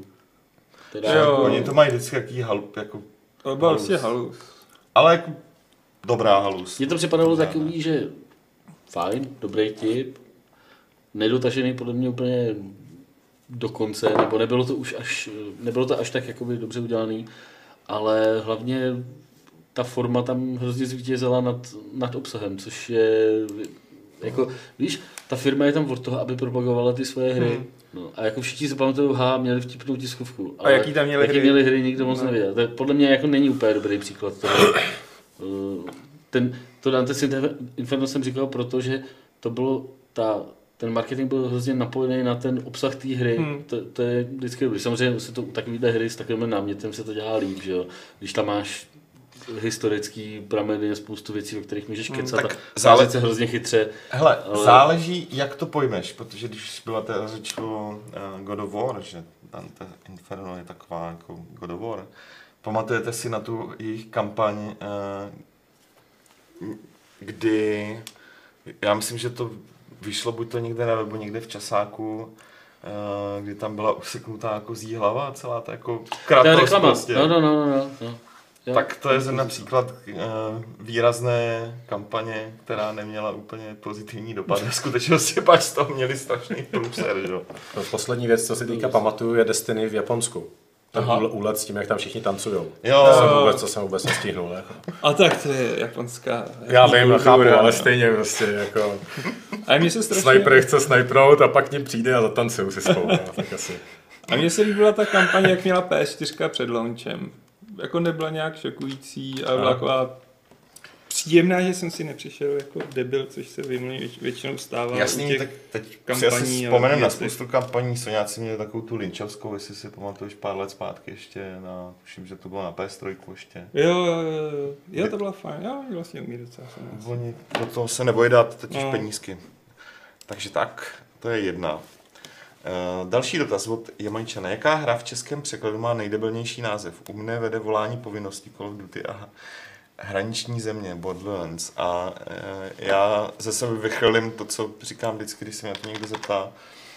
[SPEAKER 1] Oni to mají vždycky jaký jako...
[SPEAKER 3] To byl vlastně halus.
[SPEAKER 1] Ale jako dobrá halus.
[SPEAKER 4] Mně to připadalo takový, že fajn, dobrý tip, nedotažený podle mě úplně do konce, nebo nebylo to až tak jakoby dobře udělaný, ale hlavně ta forma tam hrozně zvítězila nad obsahem, což je, jako, víš, ta firma je tam od toho, aby propagovala ty svoje hry. No, a jako všichni se pamatují, měli vtipnou tiskovku.
[SPEAKER 3] A jaký tam měli hry?
[SPEAKER 4] Měli hry, nikdo moc nevěděl. To podle mě jako není úplně dobrý příklad toho. To Dante's Inferno jsem říkal, protože to bylo ten marketing byl hrozně napojený na ten obsah té hry. To je vždycky dobrý. Samozřejmě se to u takovýhle hry s takovým námětem se to dělá líp, že jo. Když tam máš historický prameny, spoustu věcí, o kterých můžeš kecat a se hrozně chytře.
[SPEAKER 1] Hele, záleží, jak to pojmeš, protože když byla ta řeč o God of War, že Dante's Inferno je taková jako God of War, pamatujete si na tu jejich kampaň, kdy já myslím, že to vyšlo buď to někde na webu, někde v časáku, kdy tam byla useknutá jako zí hlava, celá ta jako Kratos prostě.
[SPEAKER 4] No.
[SPEAKER 1] Tak to je například výrazné kampaně, která neměla úplně pozitivní dopad. V skutečnosti pak z toho měli strašný průser, že?
[SPEAKER 2] Poslední věc, co si teďka pamatuju, je Destiny v Japonsku. Ten úlet s tím, jak tam všichni tancujou. To jsem vůbec nestihnul. Jako.
[SPEAKER 3] A tak to je japonská.
[SPEAKER 2] Já vím, chápu, ale stejně prostě jako...
[SPEAKER 3] A mně se strašně...
[SPEAKER 2] Sniper chce snipnout a pak k ním přijde a zatancují si spolu. Tak asi.
[SPEAKER 3] A mně se líbila ta kampaň, jak měla PS4 před launchem. Jako nebyla nějak šokující a byla taková příjemná, že jsem si nepřišel jako debil, což se většinou stává.
[SPEAKER 1] Jasný, tak teď kampaní. Si vzpomenem na spoustu kampaní, Soňáci měli takovou tu Lynchovskou, jestli si pamatuješ pár let zpátky ještě, tuším, že to bylo na PS3 ještě.
[SPEAKER 3] Jo, to byla fajn, jo, vlastně umí docela.
[SPEAKER 1] Oni do toho se nebojí dát totiž penízky. Takže tak, to je jedna. Další dotaz od Jamajčana. Jaká hra v českém překladu má nejdebilnější název? U mne vede volání povinností Call of Duty. Aha. hraniční země, Borderlands, a já ze sebe vychrlím to, co říkám vždycky, když se mě na to někdo zeptá.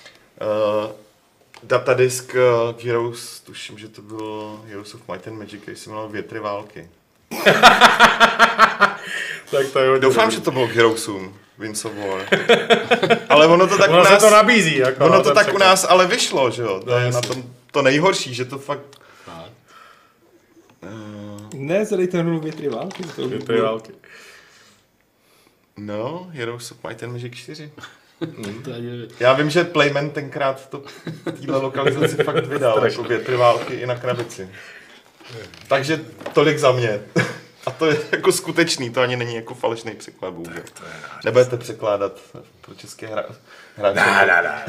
[SPEAKER 1] Datadisk Heroes, tuším, že to bylo Heroes of Might and Magic, který se jmenoval Větry války.
[SPEAKER 2] Tak to je
[SPEAKER 1] Doufám, že to bylo k Heroesům, Winds of War. Ale ono to tak
[SPEAKER 2] ono
[SPEAKER 1] u nás...
[SPEAKER 2] se to nabízí. Jako,
[SPEAKER 1] ono to tak u nás ale vyšlo, že jo? To je na tom to nejhorší, že to fakt...
[SPEAKER 3] Ne, zadejte hru Větry války.
[SPEAKER 2] Větry války.
[SPEAKER 1] No, Heroes of Might and Magic 4. Já vím, že Playman tenkrát to týhle lokalizaci fakt vydal, jako Větry války i na krabici. Takže tolik za mě. A to je jako skutečný, to ani není jako falešný překlad, bohužel. Nebudete překládat pro české hráče.
[SPEAKER 2] Ne.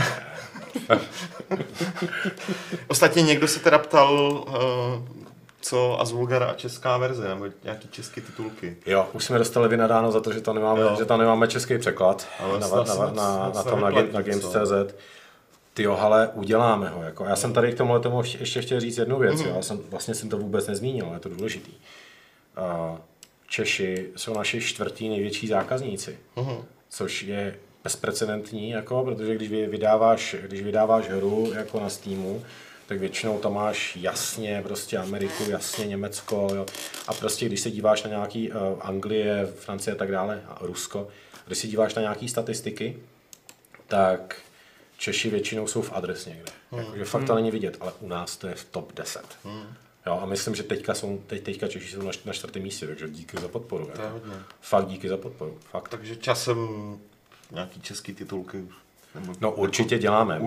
[SPEAKER 1] Ostatně někdo se teda ptal, co Azulgar a česká verze, nebo nějaký české titulky.
[SPEAKER 2] Jo, už jsme dostali vynadáno za to, že tam nemáme český překlad na Games.cz. Tyjo, ale uděláme ho. Jako. Já jsem tady k tomu ještě chtěl říct jednu věc. Jo. Já jsem to vůbec nezmínil, ale je to důležitý. Češi jsou naši čtvrtí největší zákazníci, což je bezprecedentní, jako, protože když vydáváš hru jako na Steamu, tak většinou tam máš jasně prostě Ameriku, jasně Německo, jo. A prostě když se díváš na nějaký Anglie, Francie a tak dále, a Rusko, když se díváš na nějaký statistiky, tak Češi většinou jsou v adres někde. Jakože fakt to není vidět, ale u nás to je v top 10. Jo, a myslím, že teďka Češi jsou na 4. místě, takže díky za podporu. Fakt díky za podporu. Fakt.
[SPEAKER 1] Takže časem nějaký český titulky.
[SPEAKER 2] No určitě děláme.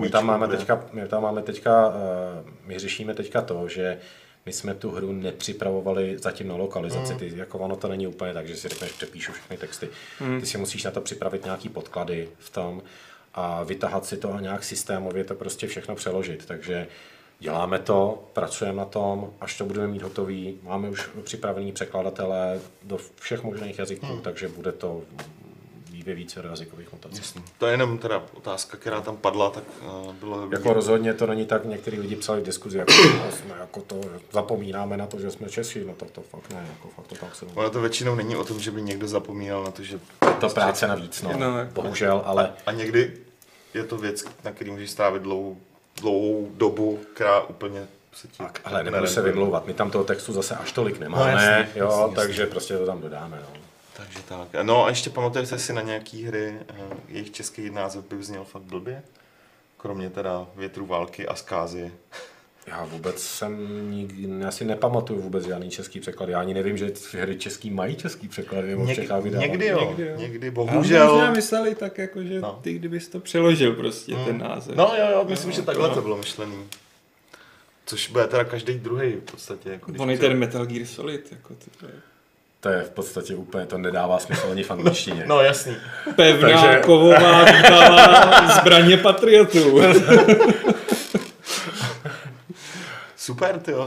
[SPEAKER 2] My řešíme teďka to, že my jsme tu hru nepřipravovali zatím na lokalizaci. Ty, jako ono to není úplně tak, že si řekneš, přepíšu všechny texty. Ty si musíš na to připravit nějaký podklady v tom a vytahat si to a nějak systémově to prostě všechno přeložit. Takže děláme to, pracujeme na tom, až to budeme mít hotový. Máme už připravený překladatele do všech možných jazyků, takže bude to ve více jazykových mutací.
[SPEAKER 1] Jasně. To je jenom teda otázka, která tam padla, tak bylo...
[SPEAKER 2] Jako rozhodně to není tak, některý lidi psali v diskuzi, jako jsme jako to, zapomínáme na to, že jsme Češi, no to fakt ne, jako fakt to tak se...
[SPEAKER 1] Ono to většinou není o tom, že by někdo zapomínal na to, že...
[SPEAKER 2] To práce navíc, no, bohužel, ale...
[SPEAKER 1] A někdy je to věc, na který můžeš strávit dlouhou dobu, která úplně se ti...
[SPEAKER 2] Tak, ale nebudu se vymlouvat, my tam toho textu zase až tolik nemáme, no, jasný. Takže prostě to tam dodáme, no.
[SPEAKER 1] Takže tak. No a ještě pamatujete si na nějaký hry, jejich český název by vzněl fakt blbě? Kromě teda Větru války a Zkázy.
[SPEAKER 2] Já vůbec já si nepamatuju vůbec žádný český překlad. Já ani nevím, že hry český mají český překlad, nebo v Čechách vydávají.
[SPEAKER 1] Někdy bohužel.
[SPEAKER 3] Ale možná mysleli tak, jako, že ty kdybys to přeložil prostě ten název.
[SPEAKER 1] No jo, myslím, že takhle to bylo myšlený. Což bude teda každý druhý v podstatě. Jako
[SPEAKER 3] on je ten Metal Gear Solid. Jako
[SPEAKER 2] to je v podstatě úplně, to nedává smysl ani v angličtině.
[SPEAKER 1] No jasný.
[SPEAKER 3] Pevná kovová výbava zbraně patriotů.
[SPEAKER 1] Super, tyjo.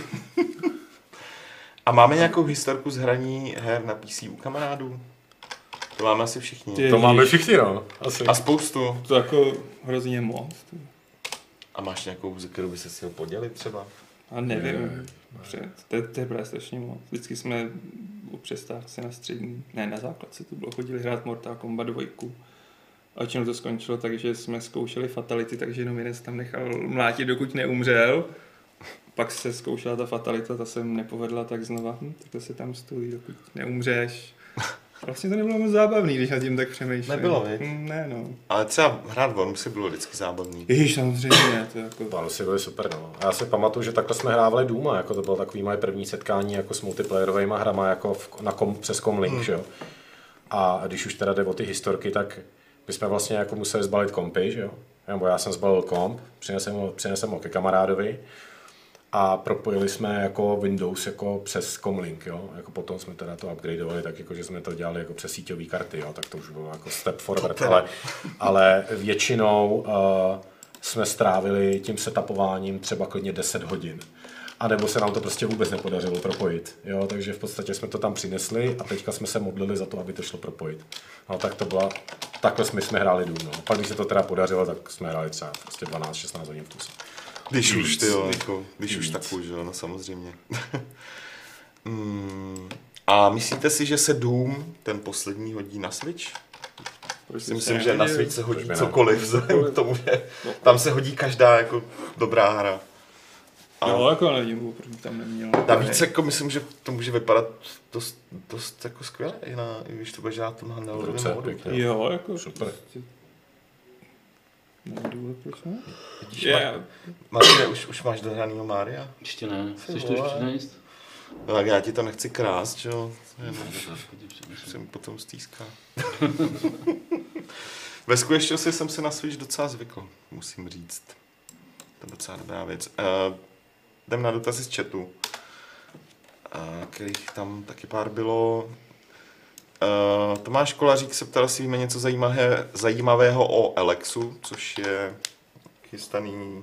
[SPEAKER 1] A máme nějakou historku z hraní her na PC u kamarádů? To máme asi všichni.
[SPEAKER 2] To máme všichni, no. Asi.
[SPEAKER 1] A spoustu.
[SPEAKER 3] To jako hrozně moc.
[SPEAKER 1] A máš nějakou, ze kterou by se chtěl podělit třeba?
[SPEAKER 3] A nevím. To je právě strašně moc. Vždycky jsme o přestávce na střední, ne na základce, to bylo, chodili hrát Mortal Kombat 2. A většinou to skončilo tak, že jsme zkoušeli fatality, takže jenom jeden se tam nechal mlátit, dokud neumřel. Pak se zkoušela ta fatalita, ta se nepovedla, tak znova, tak to se tam stojí, dokud neumřeš. Vlastně to nebylo moc zábavný, když nad tím tak přemýšlím.
[SPEAKER 1] Nebylo, viď?
[SPEAKER 3] Ne, no.
[SPEAKER 1] Ale třeba hrát Wormsy bylo vždycky zábavný.
[SPEAKER 3] Ježiš, samozřejmě, to jako...
[SPEAKER 2] Wormsy byly super, no. Já si pamatuju, že takhle jsme hrávali Dooma, jako to bylo takový moje první setkání jako s multiplayerovejma hrama, jako přes Comlink, že jo. A když už teda jde o ty historky, tak my jsme vlastně jako museli zbalit kompy, že jo. Nebo já jsem zbalil komp, přinesem ho ke kamarádovi a propojili jsme jako Windows jako přes Comlink, jo. Jako potom jsme teda to upgradeovali, tak jako, že jsme to dělali jako přes síťové karty, jo. Tak to už bylo jako step forward, ale většinou jsme strávili tím setupováním třeba klidně 10 hodin. A nebo se nám to prostě vůbec nepodařilo propojit, jo. Takže v podstatě jsme to tam přinesli a teďka jsme se modlili za to, aby to šlo propojit. No tak to byla, takhle jsme hráli Doom, no. Pak když se to teda podařilo, tak jsme hráli třeba prostě 12-16 hodin v kuse.
[SPEAKER 1] Když už, ty jo, jako, když už takovou, že jo, no samozřejmě. A myslíte si, že se Doom, ten poslední, hodí na Switch? Myslím, že na Switch se hodí cokoliv, vzhledem k tomu, že tam se hodí každá jako dobrá hra.
[SPEAKER 3] Jo, jako nevím, proč tam neměl.
[SPEAKER 1] Navíc jako myslím, že to může vypadat dost jako skvěle, i když to bude žádná tom handheldovém modu.
[SPEAKER 3] Jo, jako
[SPEAKER 2] super.
[SPEAKER 3] Nevím, proč ne?
[SPEAKER 1] Martine, už máš dohranýho Mária?
[SPEAKER 4] Ještě ne, chceš to už přinést?
[SPEAKER 1] No, tak já ti to nechci krást, že jo? Jsem potom stýská. Ve skutečnosti jsem si na Switch docela zvykl, musím říct. To je docela dobrá věc. Jdem na dotazy z chatu, kterých tam taky pár bylo. Tomáš Kolařík se ptal, jestli víme něco zajímavého o Alexu, což je chystaný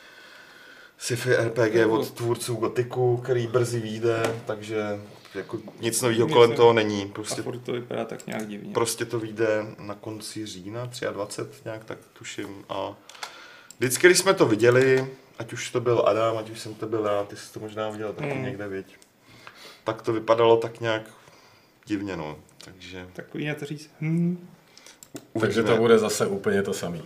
[SPEAKER 1] sci-fi RPG od tvůrců Gothicu, který brzy vyjde, takže jako nic nového kolem toho není. Prostě,
[SPEAKER 3] a furt to vypadá tak nějak divně.
[SPEAKER 1] Prostě to vyjde na konci října, 23, nějak tak tuším. A vždycky, když jsme to viděli, ať už to byl Adam, ať už jsem to byl já, ty jsi to možná viděl taky někde, viď? Tak to vypadalo tak nějak divně, no. Takže...
[SPEAKER 3] Takový na to říct.
[SPEAKER 2] Takže to bude zase úplně to samý.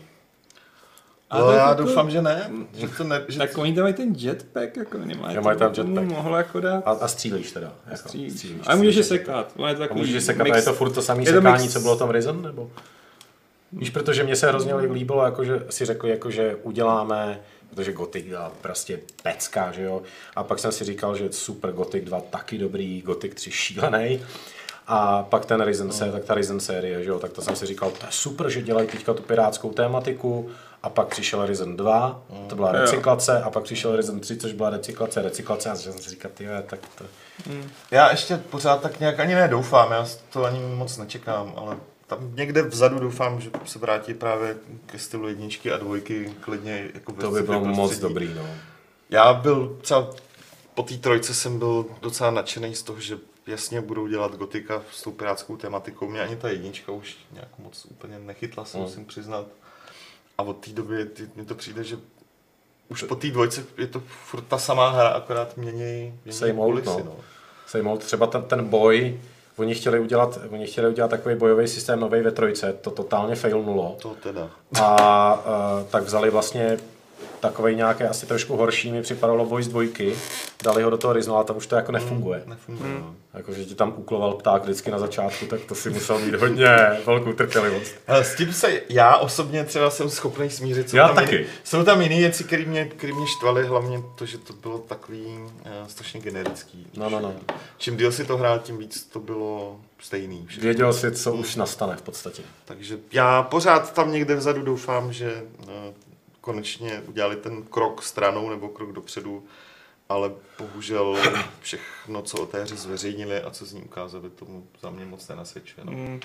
[SPEAKER 1] Ale já doufám, že ne. Že to ne že
[SPEAKER 3] tak oni tam mají ten jetpack, jako nemají.
[SPEAKER 2] Že mají tam jetpack.
[SPEAKER 3] Mohlo jako dát.
[SPEAKER 2] A střílíš teda. Jako,
[SPEAKER 3] střílíš. A můžeš je sekat.
[SPEAKER 2] A můžeš sekat a je to furt to samý sekání, co bylo tam Risen, nebo? Víš, protože mně se hrozně líbilo, jakože si řekli, jakože uděláme, protože Gothic 2 prostě pecka, že jo. A pak jsem si říkal, že super, Gothic 2 taky dobrý, Gothic 3 šílený. A pak ten Risen, tak ta Risen série, že jo, tak to jsem si říkal, to je super, že dělají teďka tu pirátskou tématiku. A pak přišel Risen 2, to byla recyklace, a pak přišel Risen 3, což byla recyklace, a jsem si říkal, tak to...
[SPEAKER 1] Já ještě pořád tak nějak ani nedoufám, já to ani moc nečekám, ale tam někde vzadu doufám, že se vrátí právě ke stylu 1 a 2, klidně jako
[SPEAKER 2] to by bylo moc dobrý, no.
[SPEAKER 1] Já byl třeba po té 3 jsem byl docela nadšený z toho, že jasně budou dělat Gotika s tou pirátskou tematikou. Mě ani ta 1 už nějak moc úplně nechytla, se musím přiznat. A od té doby mi to přijde, že už po té 2 je to furt ta samá hra, akorát mění kulisy. No.
[SPEAKER 2] Same old, třeba ten boj, oni chtěli udělat takový bojový systém novej ve 3, to totálně failnulo.
[SPEAKER 1] To teda.
[SPEAKER 2] A tak vzali vlastně takovej nějaké asi trošku horší, mi připadalo Voice 2, dali ho do toho Risinu, ale tam už to jako nefunguje. Jako, že ti tam úkloval pták vždycky na začátku, tak to si musel mít hodně velkou trpělivost.
[SPEAKER 1] S tím se já osobně třeba jsem schopný smířit. Jsou tam jiné věci, které mě štvaly, hlavně to, že to bylo takový strašně generický.
[SPEAKER 2] No.
[SPEAKER 1] Čím díl si to hrál, tím víc to bylo stejný.
[SPEAKER 2] Věděl si, co už nastane v podstatě.
[SPEAKER 1] Takže já pořád tam někde vzadu doufám, že konečně udělali ten krok stranou nebo krok dopředu, ale bohužel všechno, co o té hře zveřejnili a co z ní ukázali, tomu za mě moc nenasvědčuje.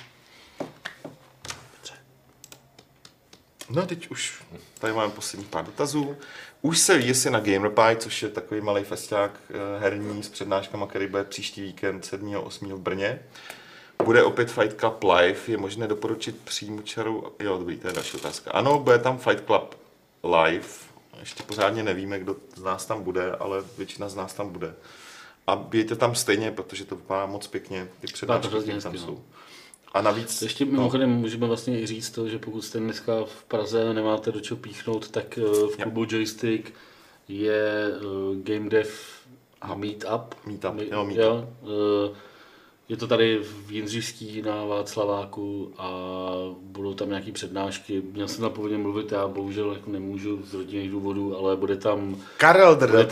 [SPEAKER 1] No teď už tady máme poslední pár dotazů. Už se ví, jestli na GamerPie, což je takový malý festiák herní s přednáškama, který bude příští víkend 7. a 8. v Brně. Bude opět Fight Club live, je možné doporučit přímočaru, jo dobrý, to je další otázka. Ano, bude tam Fight Club live, ještě pořádně nevíme, kdo z nás tam bude, ale většina z nás tam bude. A bijte tam stejně, protože to vypadá moc pěkně, ty přednášky tam jsou. A navíc...
[SPEAKER 4] Ještě mimochodem můžeme vlastně i říct to, že pokud jste dneska v Praze nemáte do čeho píchnout, tak v klubu Joystick je Game Dev Meetup. Je to tady v Jindřišský na Václaváku a budou tam nějaké přednášky. Měl jsem tam původně mluvit, já bohužel jako nemůžu z rodinných důvodů, ale bude tam
[SPEAKER 1] Karel Drda.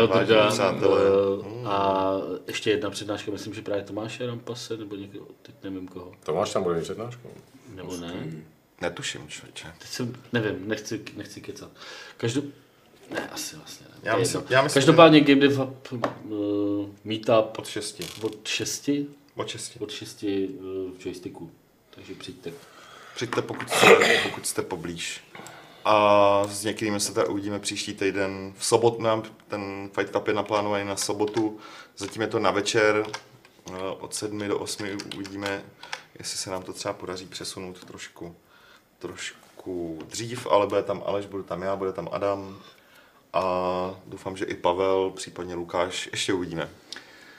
[SPEAKER 4] A ještě jedna přednáška, myslím, že právě Tomáše Rampase, nebo někdo, teď nevím koho.
[SPEAKER 2] Tomáš tam bude mít přednášku?
[SPEAKER 4] Nebo ne?
[SPEAKER 1] Netuším, člověče.
[SPEAKER 4] Teď jsem, nevím, nechci kecat. Ne, asi vlastně ne.
[SPEAKER 1] Já myslím,
[SPEAKER 4] každopádně Game Dev Meetup
[SPEAKER 1] od 6.
[SPEAKER 4] Od 6 v Joysticku, takže přijďte.
[SPEAKER 1] Přijďte, pokud jste poblíž. A s některými se tady uvidíme příští týden. V sobotu nám ten Fight Cup je naplánovaný na sobotu, zatím je to na večer, od 7 do 8 uvidíme, jestli se nám to třeba podaří přesunout trošku dřív, ale bude tam Aleš, budu tam já, bude tam Adam a doufám, že i Pavel, případně Lukáš, ještě uvidíme.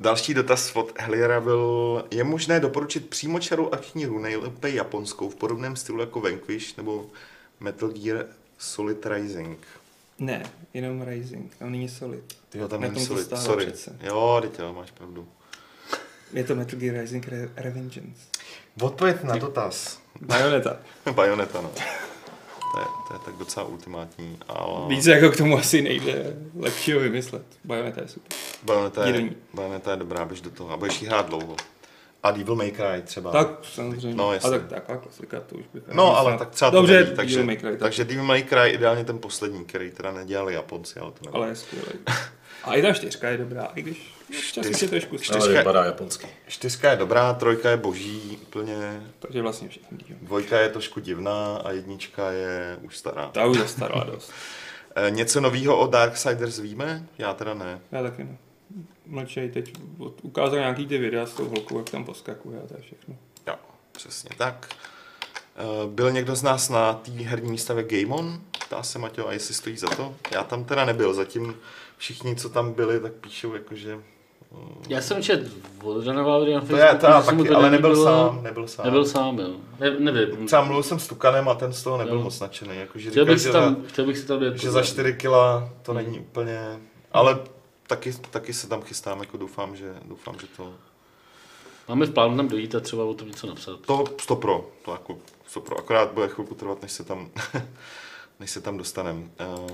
[SPEAKER 1] Další dotaz od Heliera byl, je možné doporučit přímočarou akční hru, nejlépe japonskou, v podobném stylu jako Vanquish nebo Metal Gear Solid Rising?
[SPEAKER 3] Ne, jenom Rising, tam není Solid.
[SPEAKER 1] Tyjo, tam
[SPEAKER 3] Na
[SPEAKER 1] není
[SPEAKER 3] tom to
[SPEAKER 1] Solid,
[SPEAKER 3] stálo
[SPEAKER 1] sorry.
[SPEAKER 3] přece.
[SPEAKER 1] Jo, teď jo, máš pravdu.
[SPEAKER 3] Je to Metal Gear Rising Revengeance.
[SPEAKER 1] Odpověď na dotaz.
[SPEAKER 3] Bayonetta.
[SPEAKER 1] Bayonetta, no. To je tak docela ultimátní, ale...
[SPEAKER 3] Víc jako k tomu asi nejde lepšího vymyslet. Bayonetta je super.
[SPEAKER 1] Bayonetta je dobrá, běž do toho a budeš jí hrát dlouho. A Devil May Cry třeba.
[SPEAKER 3] Tak samozřejmě.
[SPEAKER 1] No,
[SPEAKER 3] a
[SPEAKER 1] jasně.
[SPEAKER 3] tak taková klasika, to už bych...
[SPEAKER 1] No, ale tak třeba
[SPEAKER 3] dobře,
[SPEAKER 1] to neví,
[SPEAKER 3] Devil May Cry,
[SPEAKER 1] takže Devil May Cry ideálně ten poslední, který teda nedělali Japonci, ale to nevím.
[SPEAKER 3] Ale je skvělý. A i ta 4 je dobrá, i když čas je trošku
[SPEAKER 2] Ale vypadá japonsky.
[SPEAKER 1] 4 je dobrá, 3 je boží, úplně.
[SPEAKER 3] Takže vlastně všechny díl.
[SPEAKER 1] 2 je trošku divná a 1 je už stará.
[SPEAKER 3] Ta už zastarala dost.
[SPEAKER 1] Něco novýho o Darksiders víme? Já teda ne.
[SPEAKER 3] Já taky ne. Mlčej, teď ukázal nějaký ty videa s tou holkou, jak tam poskakuje a to je všechno.
[SPEAKER 1] Jo, přesně tak. Byl někdo z nás na té herní výstavě Game On? Ptá se Maťo, a jestli stojí za to? Já tam teda nebyl, zatím všichni, co tam byli, tak píšou jakože...
[SPEAKER 4] Já jsem čet od Dana Vávry na
[SPEAKER 1] To
[SPEAKER 4] Facebooku,
[SPEAKER 1] je to já
[SPEAKER 4] že se mu
[SPEAKER 1] taky,
[SPEAKER 4] to
[SPEAKER 1] ale nebyl
[SPEAKER 4] nelíbilo.
[SPEAKER 1] sám.
[SPEAKER 4] Nebyl sám, jo. Nevím.
[SPEAKER 1] Třeba mluvil jsem s Tukanem a ten z toho nebyl
[SPEAKER 4] Jo.
[SPEAKER 1] moc nadšený. Jakože
[SPEAKER 4] Chtěl
[SPEAKER 1] říkal,
[SPEAKER 4] bych si tam dát.
[SPEAKER 1] že za 4 kila to není úplně... Ale taky se tam chystám, jako doufám, že to...
[SPEAKER 4] Máme v plánu tam dojít a třeba o tom něco napsat.
[SPEAKER 1] To 100%, to jako 100%, akorát bude chvilku trvat, než se tam dostaneme.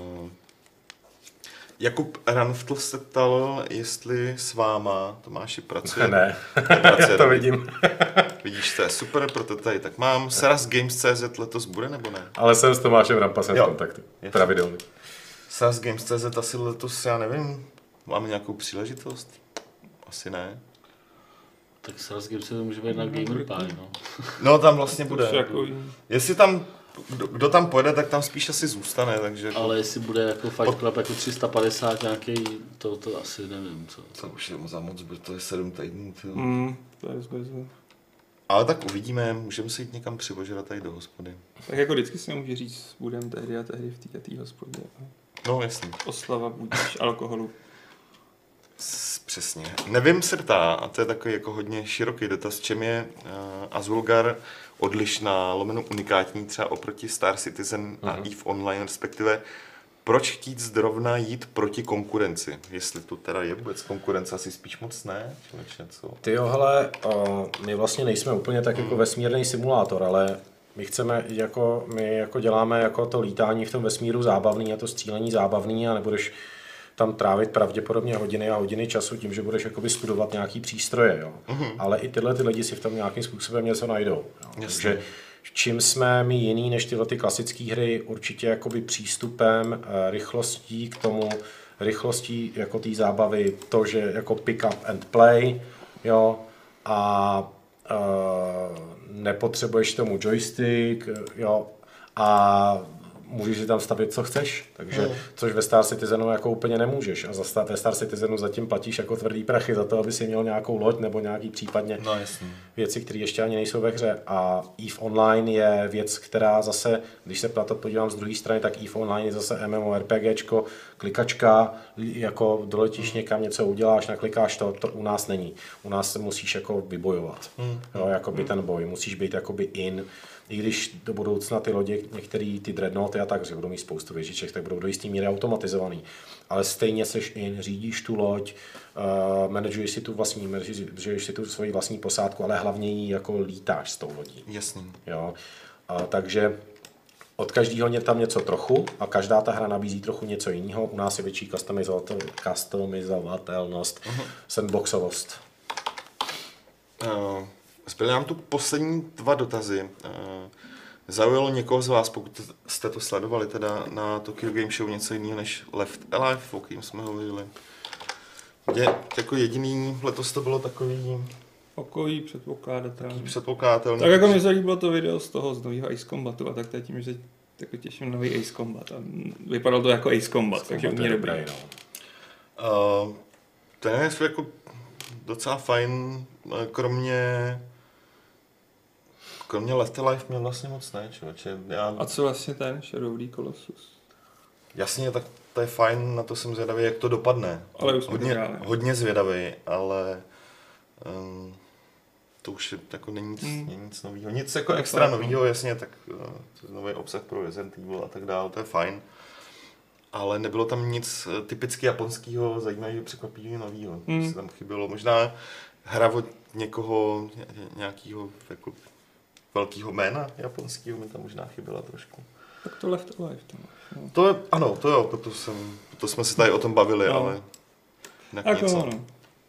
[SPEAKER 1] Jakub Ranftl se ptal, jestli s váma Tomáši pracuje.
[SPEAKER 2] Ne,
[SPEAKER 1] Pracuje,
[SPEAKER 2] to vidím.
[SPEAKER 1] Vidíš, to je super, proto tady tak mám. Seras Games.cz letos bude, nebo ne?
[SPEAKER 2] Ale jsem s Tomášem Rampasem v
[SPEAKER 1] Jo.
[SPEAKER 2] kontaktu.
[SPEAKER 1] Jasně.
[SPEAKER 2] Pravidelně.
[SPEAKER 1] Seras Games.cz asi letos, já nevím, máme nějakou příležitost? Asi ne.
[SPEAKER 4] Tak s Razgem se to může být na Gamer Pie, no.
[SPEAKER 1] No tam vlastně
[SPEAKER 3] To
[SPEAKER 1] bude.
[SPEAKER 3] už jako...
[SPEAKER 1] Jestli tam, kdo tam pojede, tak tam spíš asi zůstane, takže...
[SPEAKER 4] Ale jestli bude jako Fight Club jako 350 nějaký, to asi nevím, co.
[SPEAKER 1] To už je za moc, to je 7 týdnů.
[SPEAKER 3] To je zbytné.
[SPEAKER 1] Ale tak uvidíme, můžeme se jít někam přivožerat tady do hospody.
[SPEAKER 3] Tak jako vždycky se může říct, budeme tehdy a tehdy v té hospodě.
[SPEAKER 1] No jasně.
[SPEAKER 3] Oslava budíš alkoholu.
[SPEAKER 1] Přesně. Nevím se ptá, a to je takový jako hodně široký dotaz, čem je Azulgar odlišná, lomeno unikátní třeba oproti Star Citizen a EVE Online, respektive proč chtít zrovna jít proti konkurenci? Jestli to teda je vůbec konkurence, asi spíš moc ne? Co?
[SPEAKER 2] Tyjo, hele, my vlastně nejsme úplně tak jako vesmírný simulátor, ale my jako děláme jako to lítání v tom vesmíru zábavný a to střílení zábavný a nebudeš tam trávit pravděpodobně hodiny a hodiny času tím, že budeš jakoby studovat nějaký přístroje, jo. Ale i tyhle ty lidi si v tom nějakým způsobem něco najdou. Jo. Takže čím jsme my jiný než tyhle ty klasické hry, určitě jakoby přístupem, rychlostí k tomu, rychlostí jako té zábavy, to, že jako pick up and play, jo, a nepotřebuješ tomu joystick, jo, a můžeš si tam stavit, co chceš, takže což ve Star Citizenu jako úplně nemůžeš a ve Star Citizenu zatím platíš jako tvrdý prachy za to, aby si měl nějakou loď nebo nějaký případně věci, které ještě ani nejsou ve hře a EVE Online je věc, která zase, když se to podívám z druhé strany, tak EVE Online je zase MMORPGčko, klikačka, jako doletíš někam, něco uděláš, naklikáš to u nás není. U nás se musíš jako vybojovat, jo, jakoby ten boj, musíš být jakoby in. I když do budoucna ty lodě, některé ty dreadnoughty a tak, že budou mít spoustu věžiček, tak budou do jistý míry automatizovaný. Ale stejně seš in, řídíš tu loď, manažuješ si tu svoji vlastní posádku, ale hlavně ji jako lítáš s tou lodí.
[SPEAKER 1] Jasný.
[SPEAKER 2] Jo? Takže od každého je tam něco trochu a každá ta hra nabízí trochu něco jiného. U nás je větší customizovatelnost, sandboxovost.
[SPEAKER 1] Zbyly nám tu poslední 2 dotazy. Zaujalo někoho z vás, pokud jste to sledovali teda na Tokyo Game Show, něco jiného než Left Alive, o kterém jsme hovořili? Jako jediný letos to bylo takový předpokládatelný.
[SPEAKER 3] Tak jako mi se líbilo to video z toho z nového Ace Combatu a tak teď tím, že jako těším nový Ace Combat a vypadalo to jako Ace Combat, takže mě dobrý.
[SPEAKER 1] Ten je jako docela fajn, kromě Left Alive mě vlastně moc ne, člověče.
[SPEAKER 3] A co vlastně ten Shadow of the Colossus?
[SPEAKER 1] Jasně, tak to je fajn, na to jsem zvědavý, jak to dopadne.
[SPEAKER 3] Ale už jsme to dělali.
[SPEAKER 1] Hodně zvědavý, ale to už je, jako není nic nového. Nic jako extra nového, jasně, tak nový obsah pro Resident Evil a tak dále, to je fajn. Ale nebylo tam nic typicky japonského, zajímavého, překvapivého, nového. Se tam chybělo. Možná hra od někoho, nějakého jako velkého jména japonského mi tam možná chyběla trošku.
[SPEAKER 3] Tak to Left Alive. No.
[SPEAKER 1] To, ano, to jo, to jsme se tady o tom bavili, no. Ale
[SPEAKER 3] jako
[SPEAKER 1] něco.
[SPEAKER 3] No.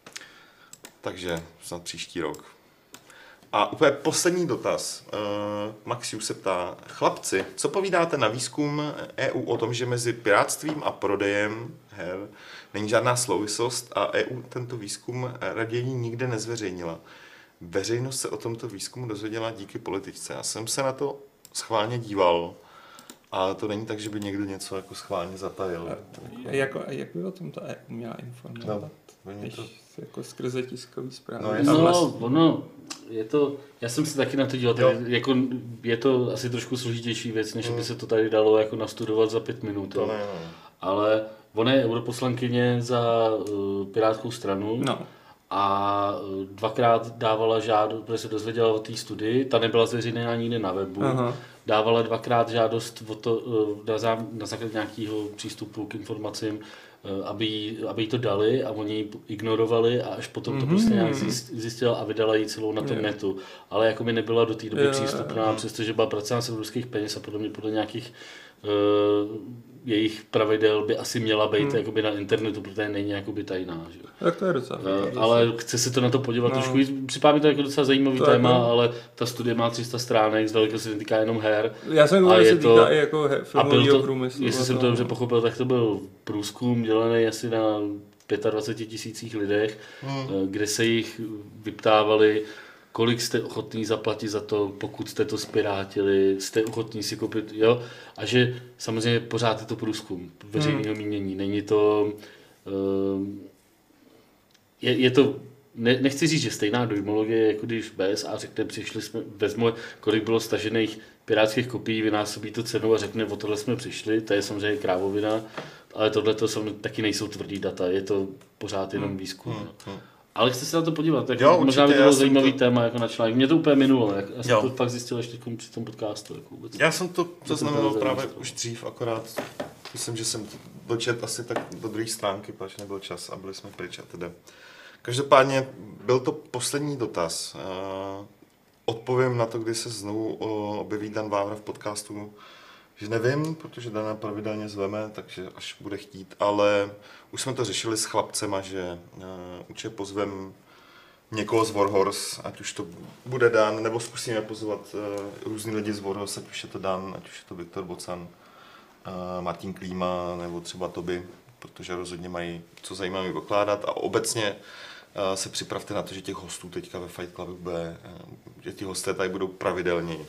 [SPEAKER 1] Takže snad příští rok. A úplně poslední dotaz. Maxiu se ptá, chlapci, co povídáte na výzkum EU o tom, že mezi pirátstvím a prodejem her není žádná souvislost a EU tento výzkum raději nikde nezveřejnila. Veřejnost se o tomto výzkumu dozvěděla díky političce. Já jsem se na to schválně díval, ale to není tak, že by někdo něco jako schválně zatajil.
[SPEAKER 3] Jak by o tom ta EU měla informovat?
[SPEAKER 1] No,
[SPEAKER 3] jako skrze tiskový zprávy.
[SPEAKER 4] Ono, je to, já jsem se taky na to díval, jako, je to asi trošku složitější věc, než by se to tady dalo jako nastudovat za 5 minut.
[SPEAKER 1] To ne.
[SPEAKER 4] Ale ona je europoslankyně za Pirátskou stranu a 2krát dávala žádost, protože se dozvěděla o té studii, ta nebyla zveřejněna nikde na webu, dávala 2krát žádost o to, na základě nějakého přístupu k informacím, aby jí to dali a oni ji ignorovali a až potom to prostě nějak zjistila a vydala ji celou na tom netu. Ale jako by nebyla do té doby přístupná, přestože byla pracována z evropských peněz a podle nějakých jejich pravidel by asi měla být jakoby na internetu, protože není jakoby tajná. Že?
[SPEAKER 3] Tak to je docela.
[SPEAKER 4] Ale chce se to na to podívat trošku. Připadá mi to jako docela zajímavý téma, ale ta studie má 300 stránek, zdaleka se netýká jenom her.
[SPEAKER 3] Já jsem говорил, že se týká i jako filmového průmyslu.
[SPEAKER 4] Jestli jsem to dobře pochopil, tak to byl průzkum dělaný asi na 25 000 lidech, kde se jich vyptávali, kolik jste ochotní zaplatit za to, pokud jste to spirátili, jste ochotní si koupit, jo? A že samozřejmě pořád je to průzkum veřejného mínění. Není to... Je to... Nechci říct, že stejná dojmologie, jako když BSA řekne, vezme, kolik bylo stažených pirátských kopií, vynásobí to cenu a řekne, o tohle jsme přišli, to je samozřejmě krávovina, ale tohle taky nejsou tvrdý data, je to pořád jenom výzkum. Ale chci se na to podívat, tak možná by to bylo zajímavý téma jako na článek. Mě to úplně minulo, já jsem to fakt zjistil ještě při tom podcastu. Jako vůbec.
[SPEAKER 1] Já jsem to zaznamenal právě už dřív, akorát myslím, že jsem to dočet asi tak do druhé stránky, protože nebyl čas a byli jsme pryč a teda. Každopádně byl to poslední dotaz. Odpovím na to, kdy se znovu objeví Dan Vávra v podcastu, že nevím, protože Dana pravidelně zveme, takže až bude chtít, ale už jsme to řešili s chlapcema, že určitě pozvem někoho z Warhorse, ať už to bude Dan, nebo zkusíme pozvat různý lidi z Warhorse, ať už je to Dan, ať už je to Viktor Bocan, Martin Klíma, nebo třeba Toby, protože rozhodně mají co zajímavé vykládat a obecně se připravte na to, že těch hostů teďka ve Fight Clubu bude, že ti hosté tady budou pravidelněji.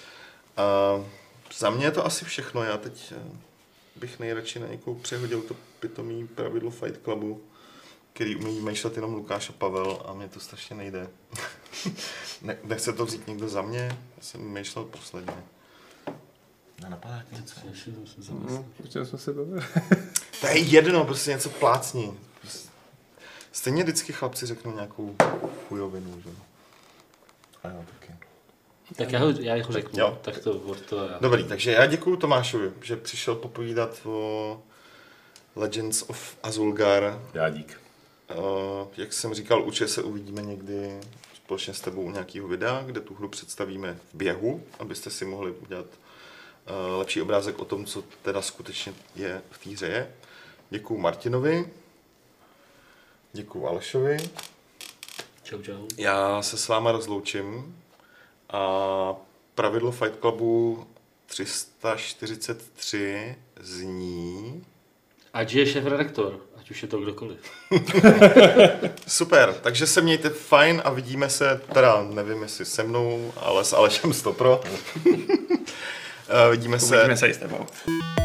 [SPEAKER 1] Za mě je to asi všechno, já teď bych nejradši na někoho přehodil to pitomý pravidlo Fight Clubu, který umí myšlet jenom Lukáš a Pavel a mě to strašně nejde. Nechce to vzít někdo za mě? Já jsem myšlel posledně.
[SPEAKER 2] Nenapadá něco.
[SPEAKER 3] Určitě jsme se bavili.
[SPEAKER 1] To je jedno, prostě něco plácní. Stejně vždycky chlapci řeknou nějakou chujovinu, že? A jo, taky.
[SPEAKER 4] Tak já ho řeknu. Jo. Tak to já.
[SPEAKER 1] Dobrý, takže já děkuju Tomášovi, že přišel popovídat o Legends of Azulgar.
[SPEAKER 2] Já dík.
[SPEAKER 1] Jak jsem říkal, určitě se uvidíme někdy společně s tebou u nějakého videa, kde tu hru představíme v běhu, abyste si mohli udělat lepší obrázek o tom, co teda skutečně je v té hře je. Děkuju Martinovi. Děkuju Alešovi.
[SPEAKER 4] Čau.
[SPEAKER 1] Já se s váma rozloučím a pravidlo Fight Clubu 343 zní...
[SPEAKER 4] Ať je šéfredaktor, ať už je to kdokoliv.
[SPEAKER 1] Super, takže se mějte fajn a vidíme se, teda nevím jestli se mnou, ale s Alešem Stopro. Vidíme se
[SPEAKER 3] i s tebou.